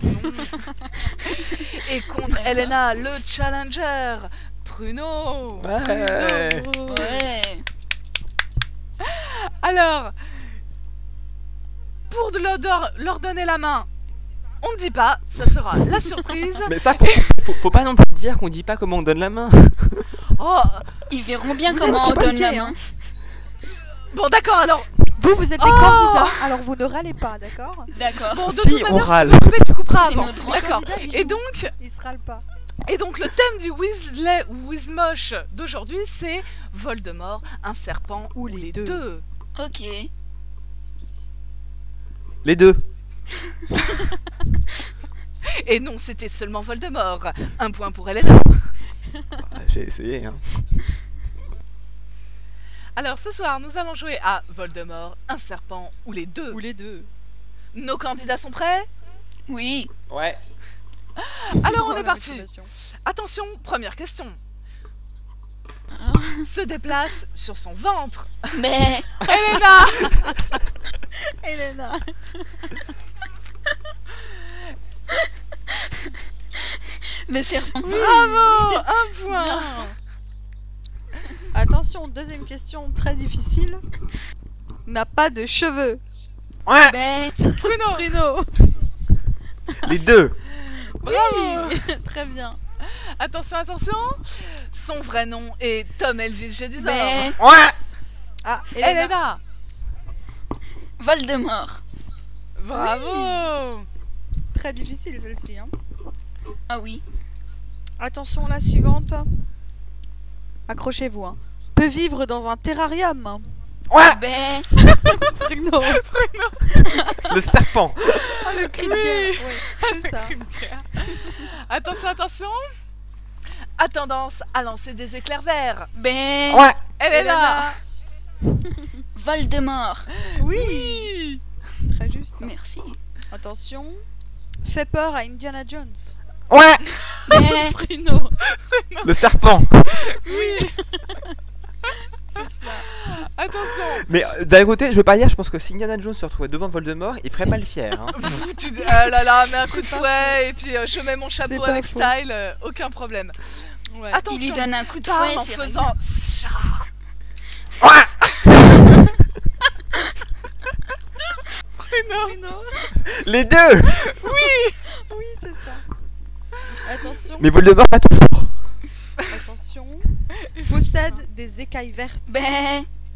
Et contre D'accord. Elena, le challenger, Pruno. Ouais. Pruno. Ouais. Alors, pour leur, leur donner la main, on ne dit pas, ça sera la surprise. Mais ça, faut, faut, faut pas non plus dire qu'on dit pas comment on donne la main. Oh, ils verront bien comment on donne la main. Hein. Bon, d'accord, alors. Vous, vous êtes des oh candidats, alors vous ne râlez pas, d'accord? D'accord. Bon, de si, toute on manière, râle. si tu coupes, tu couperas C'est avant. notre droit. D'accord. Candidat, Et donc, il se râle pas. et donc, le thème du Weasley ou Wizmosh d'aujourd'hui, c'est Voldemort, un serpent ou les deux. deux. Ok. Les deux. Et non, c'était seulement Voldemort. Un point pour Elena. Bah, j'ai essayé, hein. Alors ce soir, nous allons jouer à Voldemort, un serpent ou les deux. Ou les deux. Nos candidats sont prêts? Oui. Ouais. Alors on Oh, est la parti. motivation. Attention, première question. Se déplace sur son ventre. Mais Elena. Elena. le serpent. Bravo, un point. Bien. Attention, deuxième question très difficile. N'a pas de cheveux. Ouais. Mais Bruno. Bruno. Les deux. Bravo. Oui. Très bien. Attention, attention. Son vrai nom est Tom Elvis Jedusor. mais Ouais. Ah, Elena. Elena. Voldemort. Bravo. Très difficile celle-ci. Hein. Ah oui. Attention, la suivante. Accrochez-vous. Hein. Peut vivre dans un terrarium. Ouais. Mais Bruno. Le serpent. Oh, le cri de guerre. Oui, c'est ça. Attention, attention. A tendance à lancer des éclairs verts. mais Ouais. Elena. Voldemort. Oui. Oui. Très juste. Merci. Attention. Fait peur à Indiana Jones. Ouais. Mais Bruno. Le serpent. Oui. C'est cela. Attention. Mais euh, d'un côté, je veux pas dire, je pense que si Indiana Jones se retrouvait devant Voldemort, il ferait pas le fier. Hein. Pff, tu dis, ah là là, mets un coup de fouet et puis euh, je mets mon C'est chapeau pas avec faux. style, euh, aucun problème. Ouais. Attention. il lui donne un coup de Parle fouet, en c'est faisant ça. Ouais. Bruno. Bruno. Les deux. Oui, c'est ça. Attention. Mais Voldemort pas toujours. Attention. Possède des écailles vertes. Mais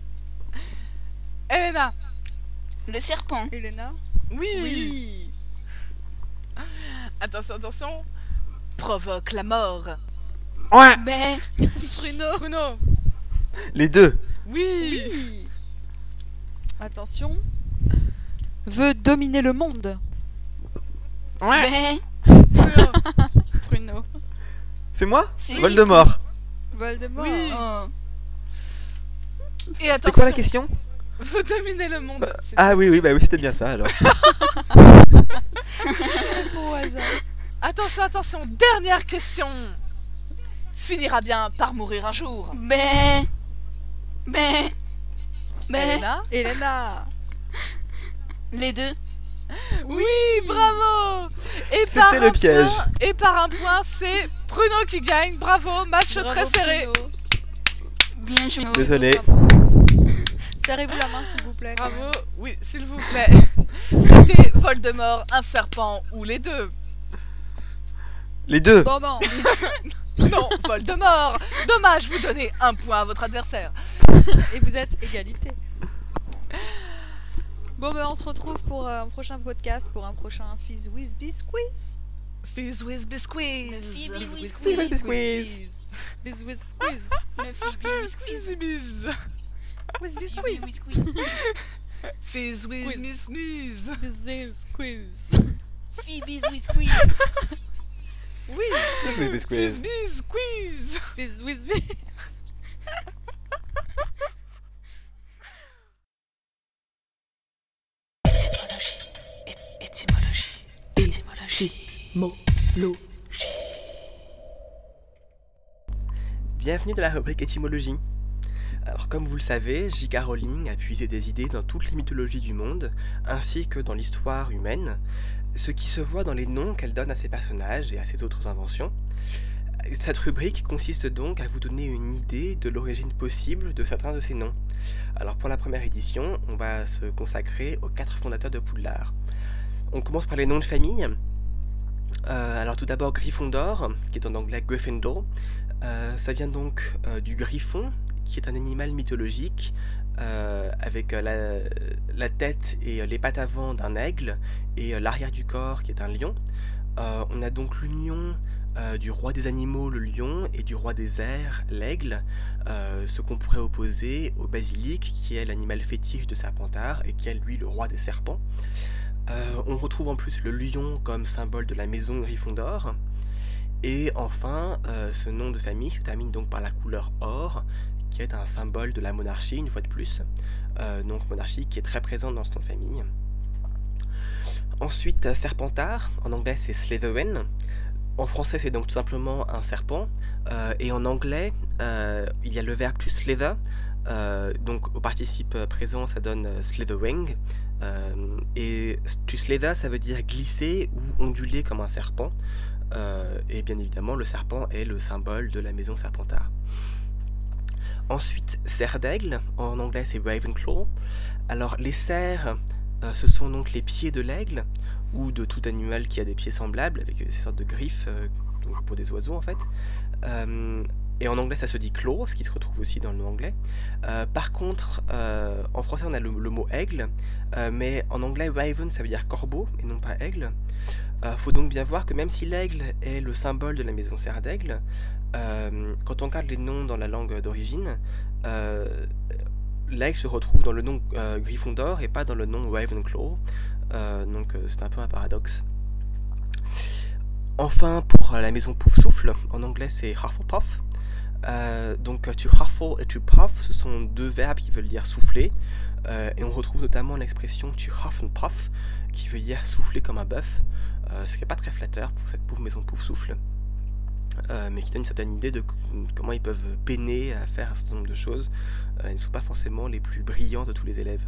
Elena. le serpent. Elena. Oui. Oui. Attention, attention. Provoque la mort. Ouais. Mais Bruno. Bruno. Les deux. Oui. Oui. Attention. Veut dominer le monde. Ouais. mais Bruno. Bruno. C'est moi. c'est Voldemort. Voldemort. Oui. Oh. Et C'est attention. quoi la question? Veut dominer le monde. C'est- Ah oui, oui, bah oui, c'était bien ça alors. Au hasard. Attention, attention. Dernière question. Finira bien par mourir un jour. Mais mais mais Elena. Elena. les deux. Oui, bravo. Et C'était par le un piège. point- et par un point, c'est Bruno qui gagne. Bravo, match Bravo, très serré. Bruno. Bien joué. Désolé. Serrez-vous la main s'il vous plaît. quand Bravo. même. Oui, s'il vous plaît. C'était Voldemort, un serpent ou les deux. Les deux. Bon, bon. Non, Voldemort. Dommage, vous donnez un point à votre adversaire. Et vous êtes égalité. Bon, ben on se retrouve pour euh, un prochain podcast, pour un prochain Fizz with Biz Quiz. Fizz with biscuits. Fizz with Biz Squeeze. with Squeeze. Biz with Squeeze. Le Phoebe Squeeze. Fizz biz. With Biz Phoebe Quiz. Squeeze. Fizz with Quiz. Miss Miss. Biz Quiz. Phoebe Squeeze. Oui. Oui, oui, Fizz quiz. biz quiz. Biz with Biz. Étymologie. Étymologie. Étymologie. Bienvenue dans la rubrique étymologie. Alors comme vous le savez, J K Rowling a puisé des idées dans toutes les mythologies du monde, ainsi que dans l'histoire humaine, ce qui se voit dans les noms qu'elle donne à ses personnages et à ses autres inventions. Cette rubrique consiste donc à vous donner une idée de l'origine possible de certains de ces noms. Alors pour la première édition, on va se consacrer aux quatre fondateurs de Poudlard. On commence par les noms de famille. Euh, alors tout d'abord Gryffondor, qui est en anglais Gryffindor. Euh, ça vient donc euh, du griffon, qui est un animal mythologique euh, avec euh, la, la tête et euh, les pattes avant d'un aigle et euh, l'arrière du corps qui est un lion. Euh, on a donc l'union euh, du roi des animaux, le lion, et du roi des airs, l'aigle, euh, ce qu'on pourrait opposer au basilic, qui est l'animal fétiche de Serpentard et qui est lui le roi des serpents. Euh, on retrouve en plus le lion comme symbole de la maison Gryffondor. Et enfin, euh, ce nom de famille se termine donc par la couleur or, qui est un symbole de la monarchie, une fois de plus. Euh, donc monarchie qui est très présente dans ce nom de famille. Ensuite, Serpentard, en anglais c'est Slytherin. En français c'est donc tout simplement un serpent. Euh, et en anglais, euh, il y a le verbe to slither. Euh, donc au participe présent ça donne euh, slithering. Euh, et to slither ça veut dire glisser ou onduler comme un serpent. Euh, et bien évidemment le serpent est le symbole de la maison Serpentard. Ensuite, cerf d'aigle, en anglais c'est Ravenclaw. Alors les cerfs, euh, ce sont donc les pieds de l'aigle, ou de tout animal qui a des pieds semblables, avec euh, ces sortes de griffes, euh, donc pour des oiseaux en fait. Euh, et en anglais ça se dit claw, ce qui se retrouve aussi dans le nom anglais. Euh, par contre, euh, en français on a le, le mot aigle, euh, mais en anglais raven ça veut dire corbeau, et non pas aigle. Euh, faut donc bien voir que même si l'aigle est le symbole de la maison cerf d'aigle, Euh, quand on regarde les noms dans la langue d'origine, euh, l'aigle se retrouve dans le nom euh, Gryffondor et pas dans le nom Ravenclaw, euh, donc euh, c'est un peu un paradoxe. Enfin, pour la maison Poufsouffle, en anglais c'est Hufflepuff. Euh, donc to huffle et to puff, ce sont deux verbes qui veulent dire souffler, euh, et on retrouve notamment l'expression to huff and puff, qui veut dire souffler comme un bœuf, euh, ce qui n'est pas très flatteur pour cette pauvre maison Poufsouffle. Euh, mais qui donne une certaine idée de comment ils peuvent peiner à faire un certain nombre de choses. Euh, ils ne sont pas forcément les plus brillants de tous les élèves.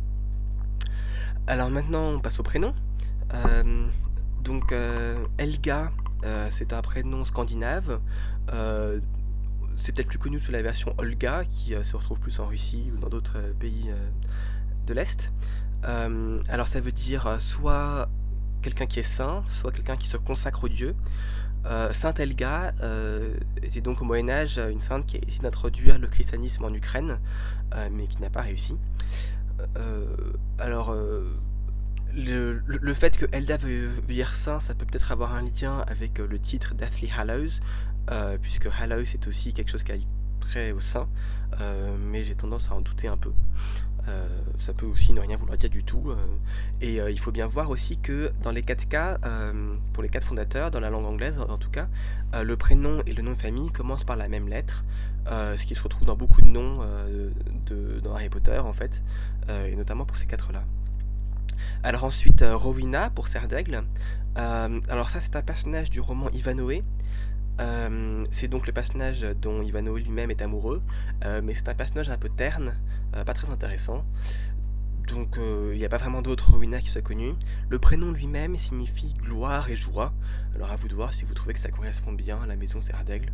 Alors maintenant, on passe au prénom. Euh, donc, euh, Helga, euh, c'est un prénom scandinave. Euh, c'est peut-être plus connu sous la version Olga, qui euh, se retrouve plus en Russie ou dans d'autres euh, pays euh, de l'Est. Euh, alors, ça veut dire euh, soit quelqu'un qui est saint, soit quelqu'un qui se consacre au Dieu. Euh, Sainte Helga euh, était donc au Moyen-Âge une sainte qui a essayé d'introduire le christianisme en Ukraine, euh, mais qui n'a pas réussi. Euh, alors, euh, le, le, le fait que Helga veut, veut dire saint, ça peut peut-être avoir un lien avec euh, le titre Deathly Hallows, euh, puisque Hallows c'est aussi quelque chose qui a trait au saint, euh, mais j'ai tendance à en douter un peu. Euh, ça peut aussi ne rien vouloir dire du tout, euh, et euh, il faut bien voir aussi que dans les quatre cas, euh, pour les quatre fondateurs, dans la langue anglaise en, en tout cas, euh, le prénom et le nom de famille commencent par la même lettre, euh, ce qui se retrouve dans beaucoup de noms euh, de, dans Harry Potter en fait, euh, et notamment pour ces quatre là. Alors ensuite, euh, Rowena pour cerf d'aigle. Euh, alors ça c'est un personnage du roman Ivanhoe. Euh, c'est donc le personnage dont Ivanhoe lui-même est amoureux, euh, mais c'est un personnage un peu terne, euh, pas très intéressant, donc il euh, n'y a pas vraiment d'autre Rowena qui soit connu. Le prénom lui-même signifie gloire et joie, alors à vous de voir si vous trouvez que ça correspond bien à la maison cerf d'aigle.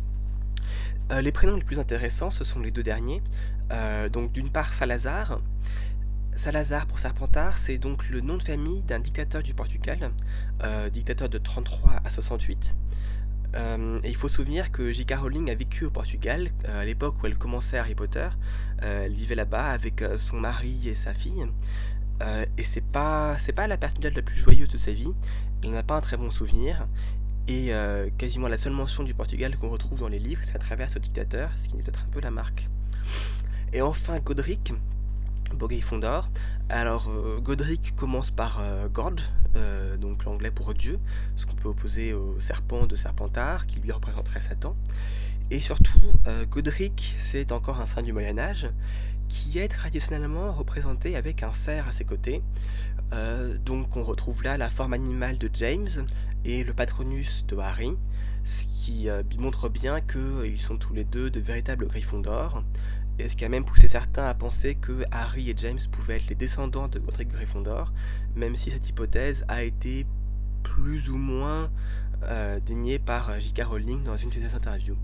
Euh, les prénoms les plus intéressants, ce sont les deux derniers, euh, donc d'une part Salazar. Salazar pour Serpentard, c'est donc le nom de famille d'un dictateur du Portugal, euh, dictateur de trente-trois à soixante-huit. Euh, et il faut se souvenir que J K Rowling a vécu au Portugal euh, à l'époque où elle commençait Harry Potter. Euh, elle vivait là-bas avec euh, son mari et sa fille. Euh, et c'est pas, c'est pas la période la plus joyeuse de sa vie. Elle n'a pas un très bon souvenir. Et euh, quasiment la seule mention du Portugal qu'on retrouve dans les livres, c'est à travers ce dictateur, ce qui est peut-être un peu la marque. Et enfin Godric, pour Gryffondor. Alors euh, Godric commence par euh, God, euh, donc l'anglais pour Dieu, ce qu'on peut opposer au serpent de Serpentard, qui lui représenterait Satan. Et surtout, euh, Godric, c'est encore un saint du Moyen-Âge, qui est traditionnellement représenté avec un cerf à ses côtés. Euh, donc on retrouve là la forme animale de James et le patronus de Harry, ce qui euh, montre bien qu'ils sont tous les deux de véritables Gryffondors. Et ce qui a même poussé certains à penser que Harry et James pouvaient être les descendants de Godric Gryffondor, même si cette hypothèse a été plus ou moins euh, déniée par J K Rowling dans une de ses interviews.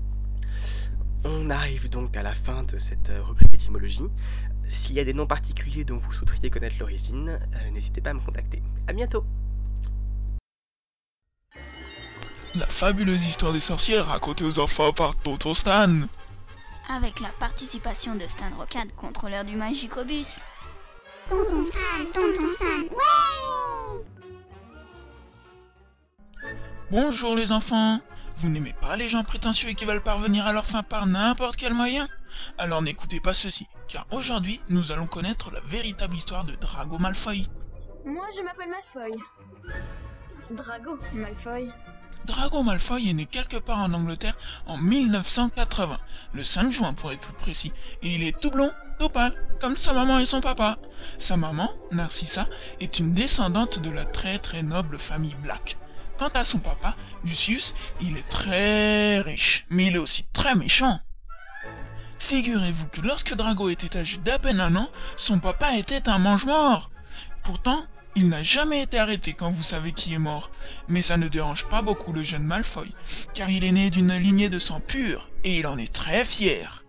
On arrive donc à la fin de cette rubrique étymologie. S'il y a des noms particuliers dont vous souhaiteriez connaître l'origine, euh, n'hésitez pas à me contacter. À bientôt! La fabuleuse histoire des sorcières racontée aux enfants par Tonton Stan. Avec la participation de Stan Rocade, contrôleur du Magicobus. Tonton Stan, Tonton Stan, ouais! Bonjour les enfants. Vous n'aimez pas les gens prétentieux qui veulent parvenir à leur fin par n'importe quel moyen? Alors n'écoutez pas ceci, car aujourd'hui, nous allons connaître la véritable histoire de Drago Malfoy. Moi, je m'appelle Malfoy. Drago Malfoy. Drago Malfoy est né quelque part en Angleterre en mille neuf cent quatre-vingts, le cinq juin pour être plus précis, et il est tout blond, tout pâle, comme sa maman et son papa. Sa maman, Narcissa, est une descendante de la très très noble famille Black. Quant à son papa, Lucius, il est très riche, mais il est aussi très méchant. Figurez-vous que lorsque Drago était âgé d'à peine un an, son papa était un mange-mort. Pourtant, il n'a jamais été arrêté quand vous savez qui est mort, mais ça ne dérange pas beaucoup le jeune Malfoy, car il est né d'une lignée de sang pur, et il en est très fier.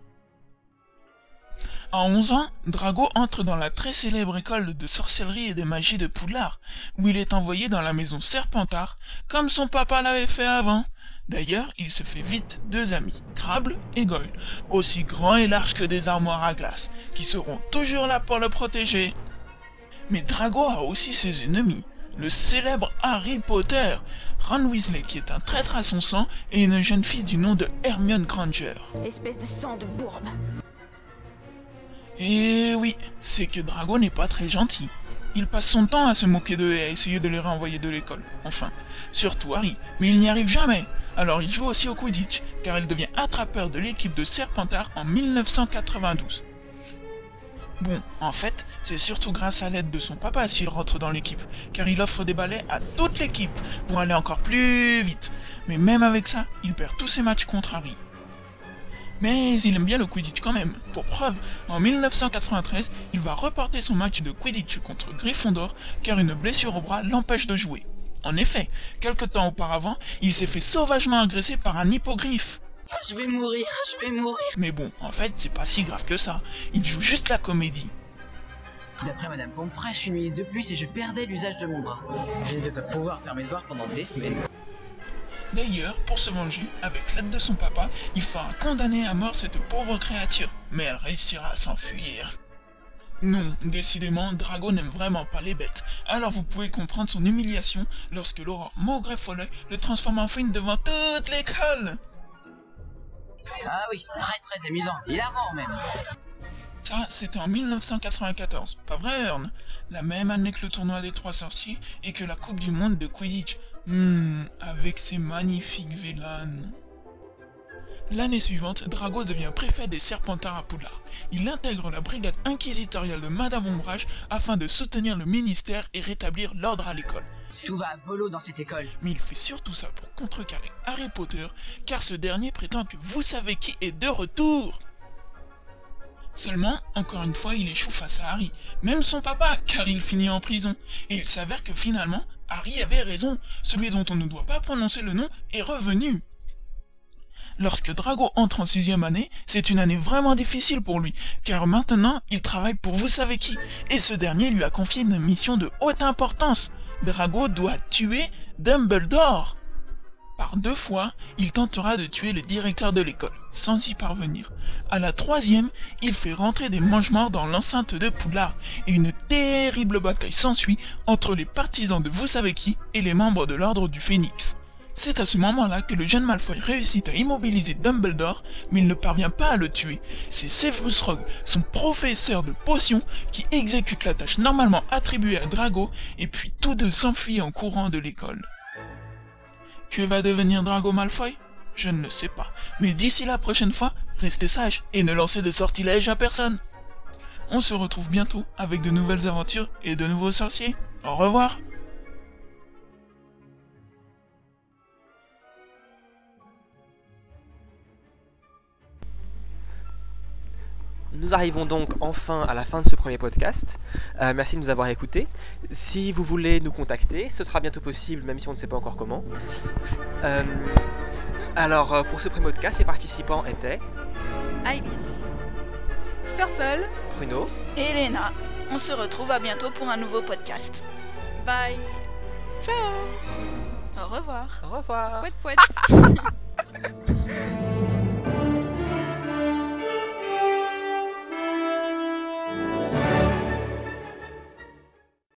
À onze ans, Drago entre dans la très célèbre école de sorcellerie et de magie de Poudlard, où il est envoyé dans la maison Serpentard, comme son papa l'avait fait avant. D'ailleurs, il se fait vite deux amis, Crabble et Goyle, aussi grands et larges que des armoires à glace, qui seront toujours là pour le protéger. Mais Drago a aussi ses ennemis, le célèbre Harry Potter, Ron Weasley qui est un traître à son sang, et une jeune fille du nom de Hermione Granger. Espèce de sang de bourbe. Et oui, c'est que Drago n'est pas très gentil. Il passe son temps à se moquer d'eux et à essayer de les renvoyer de l'école. Enfin, surtout Harry, mais il n'y arrive jamais. Alors il joue aussi au Quidditch, car il devient attrapeur de l'équipe de Serpentard en mille neuf cent quatre-vingt-douze. Bon, en fait, c'est surtout grâce à l'aide de son papa s'il rentre dans l'équipe, car il offre des balais à toute l'équipe pour aller encore plus vite. Mais même avec ça, il perd tous ses matchs contre Harry. Mais il aime bien le Quidditch quand même. Pour preuve, en mille neuf cent quatre-vingt-treize, il va reporter son match de Quidditch contre Gryffondor, car une blessure au bras l'empêche de jouer. En effet, quelque temps auparavant, il s'est fait sauvagement agresser par un hippogriffe. Je vais mourir, je vais mourir. Mais bon, en fait, c'est pas si grave que ça. Il joue juste la comédie. D'après Madame Pompfresh, une minute de plus et je perdais l'usage de mon bras. Je ne vais pas pouvoir faire mes devoirs pendant des semaines. D'ailleurs, pour se venger, avec l'aide de son papa, il fera condamner à mort cette pauvre créature, mais elle réussira à s'enfuir. Non, décidément, Drago n'aime vraiment pas les bêtes, alors vous pouvez comprendre son humiliation lorsque l'aurore Maugréfollet le transforme en fouine devant toute l'école. Ah oui, très très amusant, hilarant même. Ça, c'était en mille neuf cent quatre-vingt-quatorze, pas vrai Ern? La même année que le tournoi des Trois Sorciers et que la Coupe du Monde de Quidditch. Hmm, avec ses magnifiques vélanes. L'année suivante, Drago devient préfet des Serpentards à Poudlard. Il intègre la brigade inquisitoriale de Madame Ombrage afin de soutenir le ministère et rétablir l'ordre à l'école. Tout va à volo dans cette école. Mais il fait surtout ça pour contrecarrer Harry Potter, car ce dernier prétend que vous savez qui est de retour. Seulement, encore une fois, il échoue face à Harry, même son papa, car il finit en prison. Et il s'avère que finalement, Harry avait raison, celui dont on ne doit pas prononcer le nom est revenu. Lorsque Drago entre en sixième année, c'est une année vraiment difficile pour lui, car maintenant, il travaille pour vous savez qui, et ce dernier lui a confié une mission de haute importance. Drago doit tuer Dumbledore. Par deux fois, il tentera de tuer le directeur de l'école, sans y parvenir. À la troisième, il fait rentrer des mange-morts dans l'enceinte de Poudlard, et une terrible bataille s'ensuit entre les partisans de vous savez qui et les membres de l'ordre du Phénix. C'est à ce moment-là que le jeune Malfoy réussit à immobiliser Dumbledore, mais il ne parvient pas à le tuer. C'est Severus Rogue, son professeur de potions, qui exécute la tâche normalement attribuée à Drago, et puis tous deux s'enfuient en courant de l'école. Que va devenir Drago Malfoy? Je ne le sais pas, mais d'ici la prochaine fois, restez sages et ne lancez de sortilèges à personne. On se retrouve bientôt avec de nouvelles aventures et de nouveaux sorciers. Au revoir. Nous arrivons donc enfin à la fin de ce premier podcast. Euh, merci de nous avoir écoutés. Si vous voulez nous contacter, ce sera bientôt possible, même si on ne sait pas encore comment. Euh, alors, pour ce premier podcast, les participants étaient Ibis, Turtle, Bruno et Elena. On se retrouve à bientôt pour un nouveau podcast. bye, ciao. Au revoir. Au revoir. pouet pouet.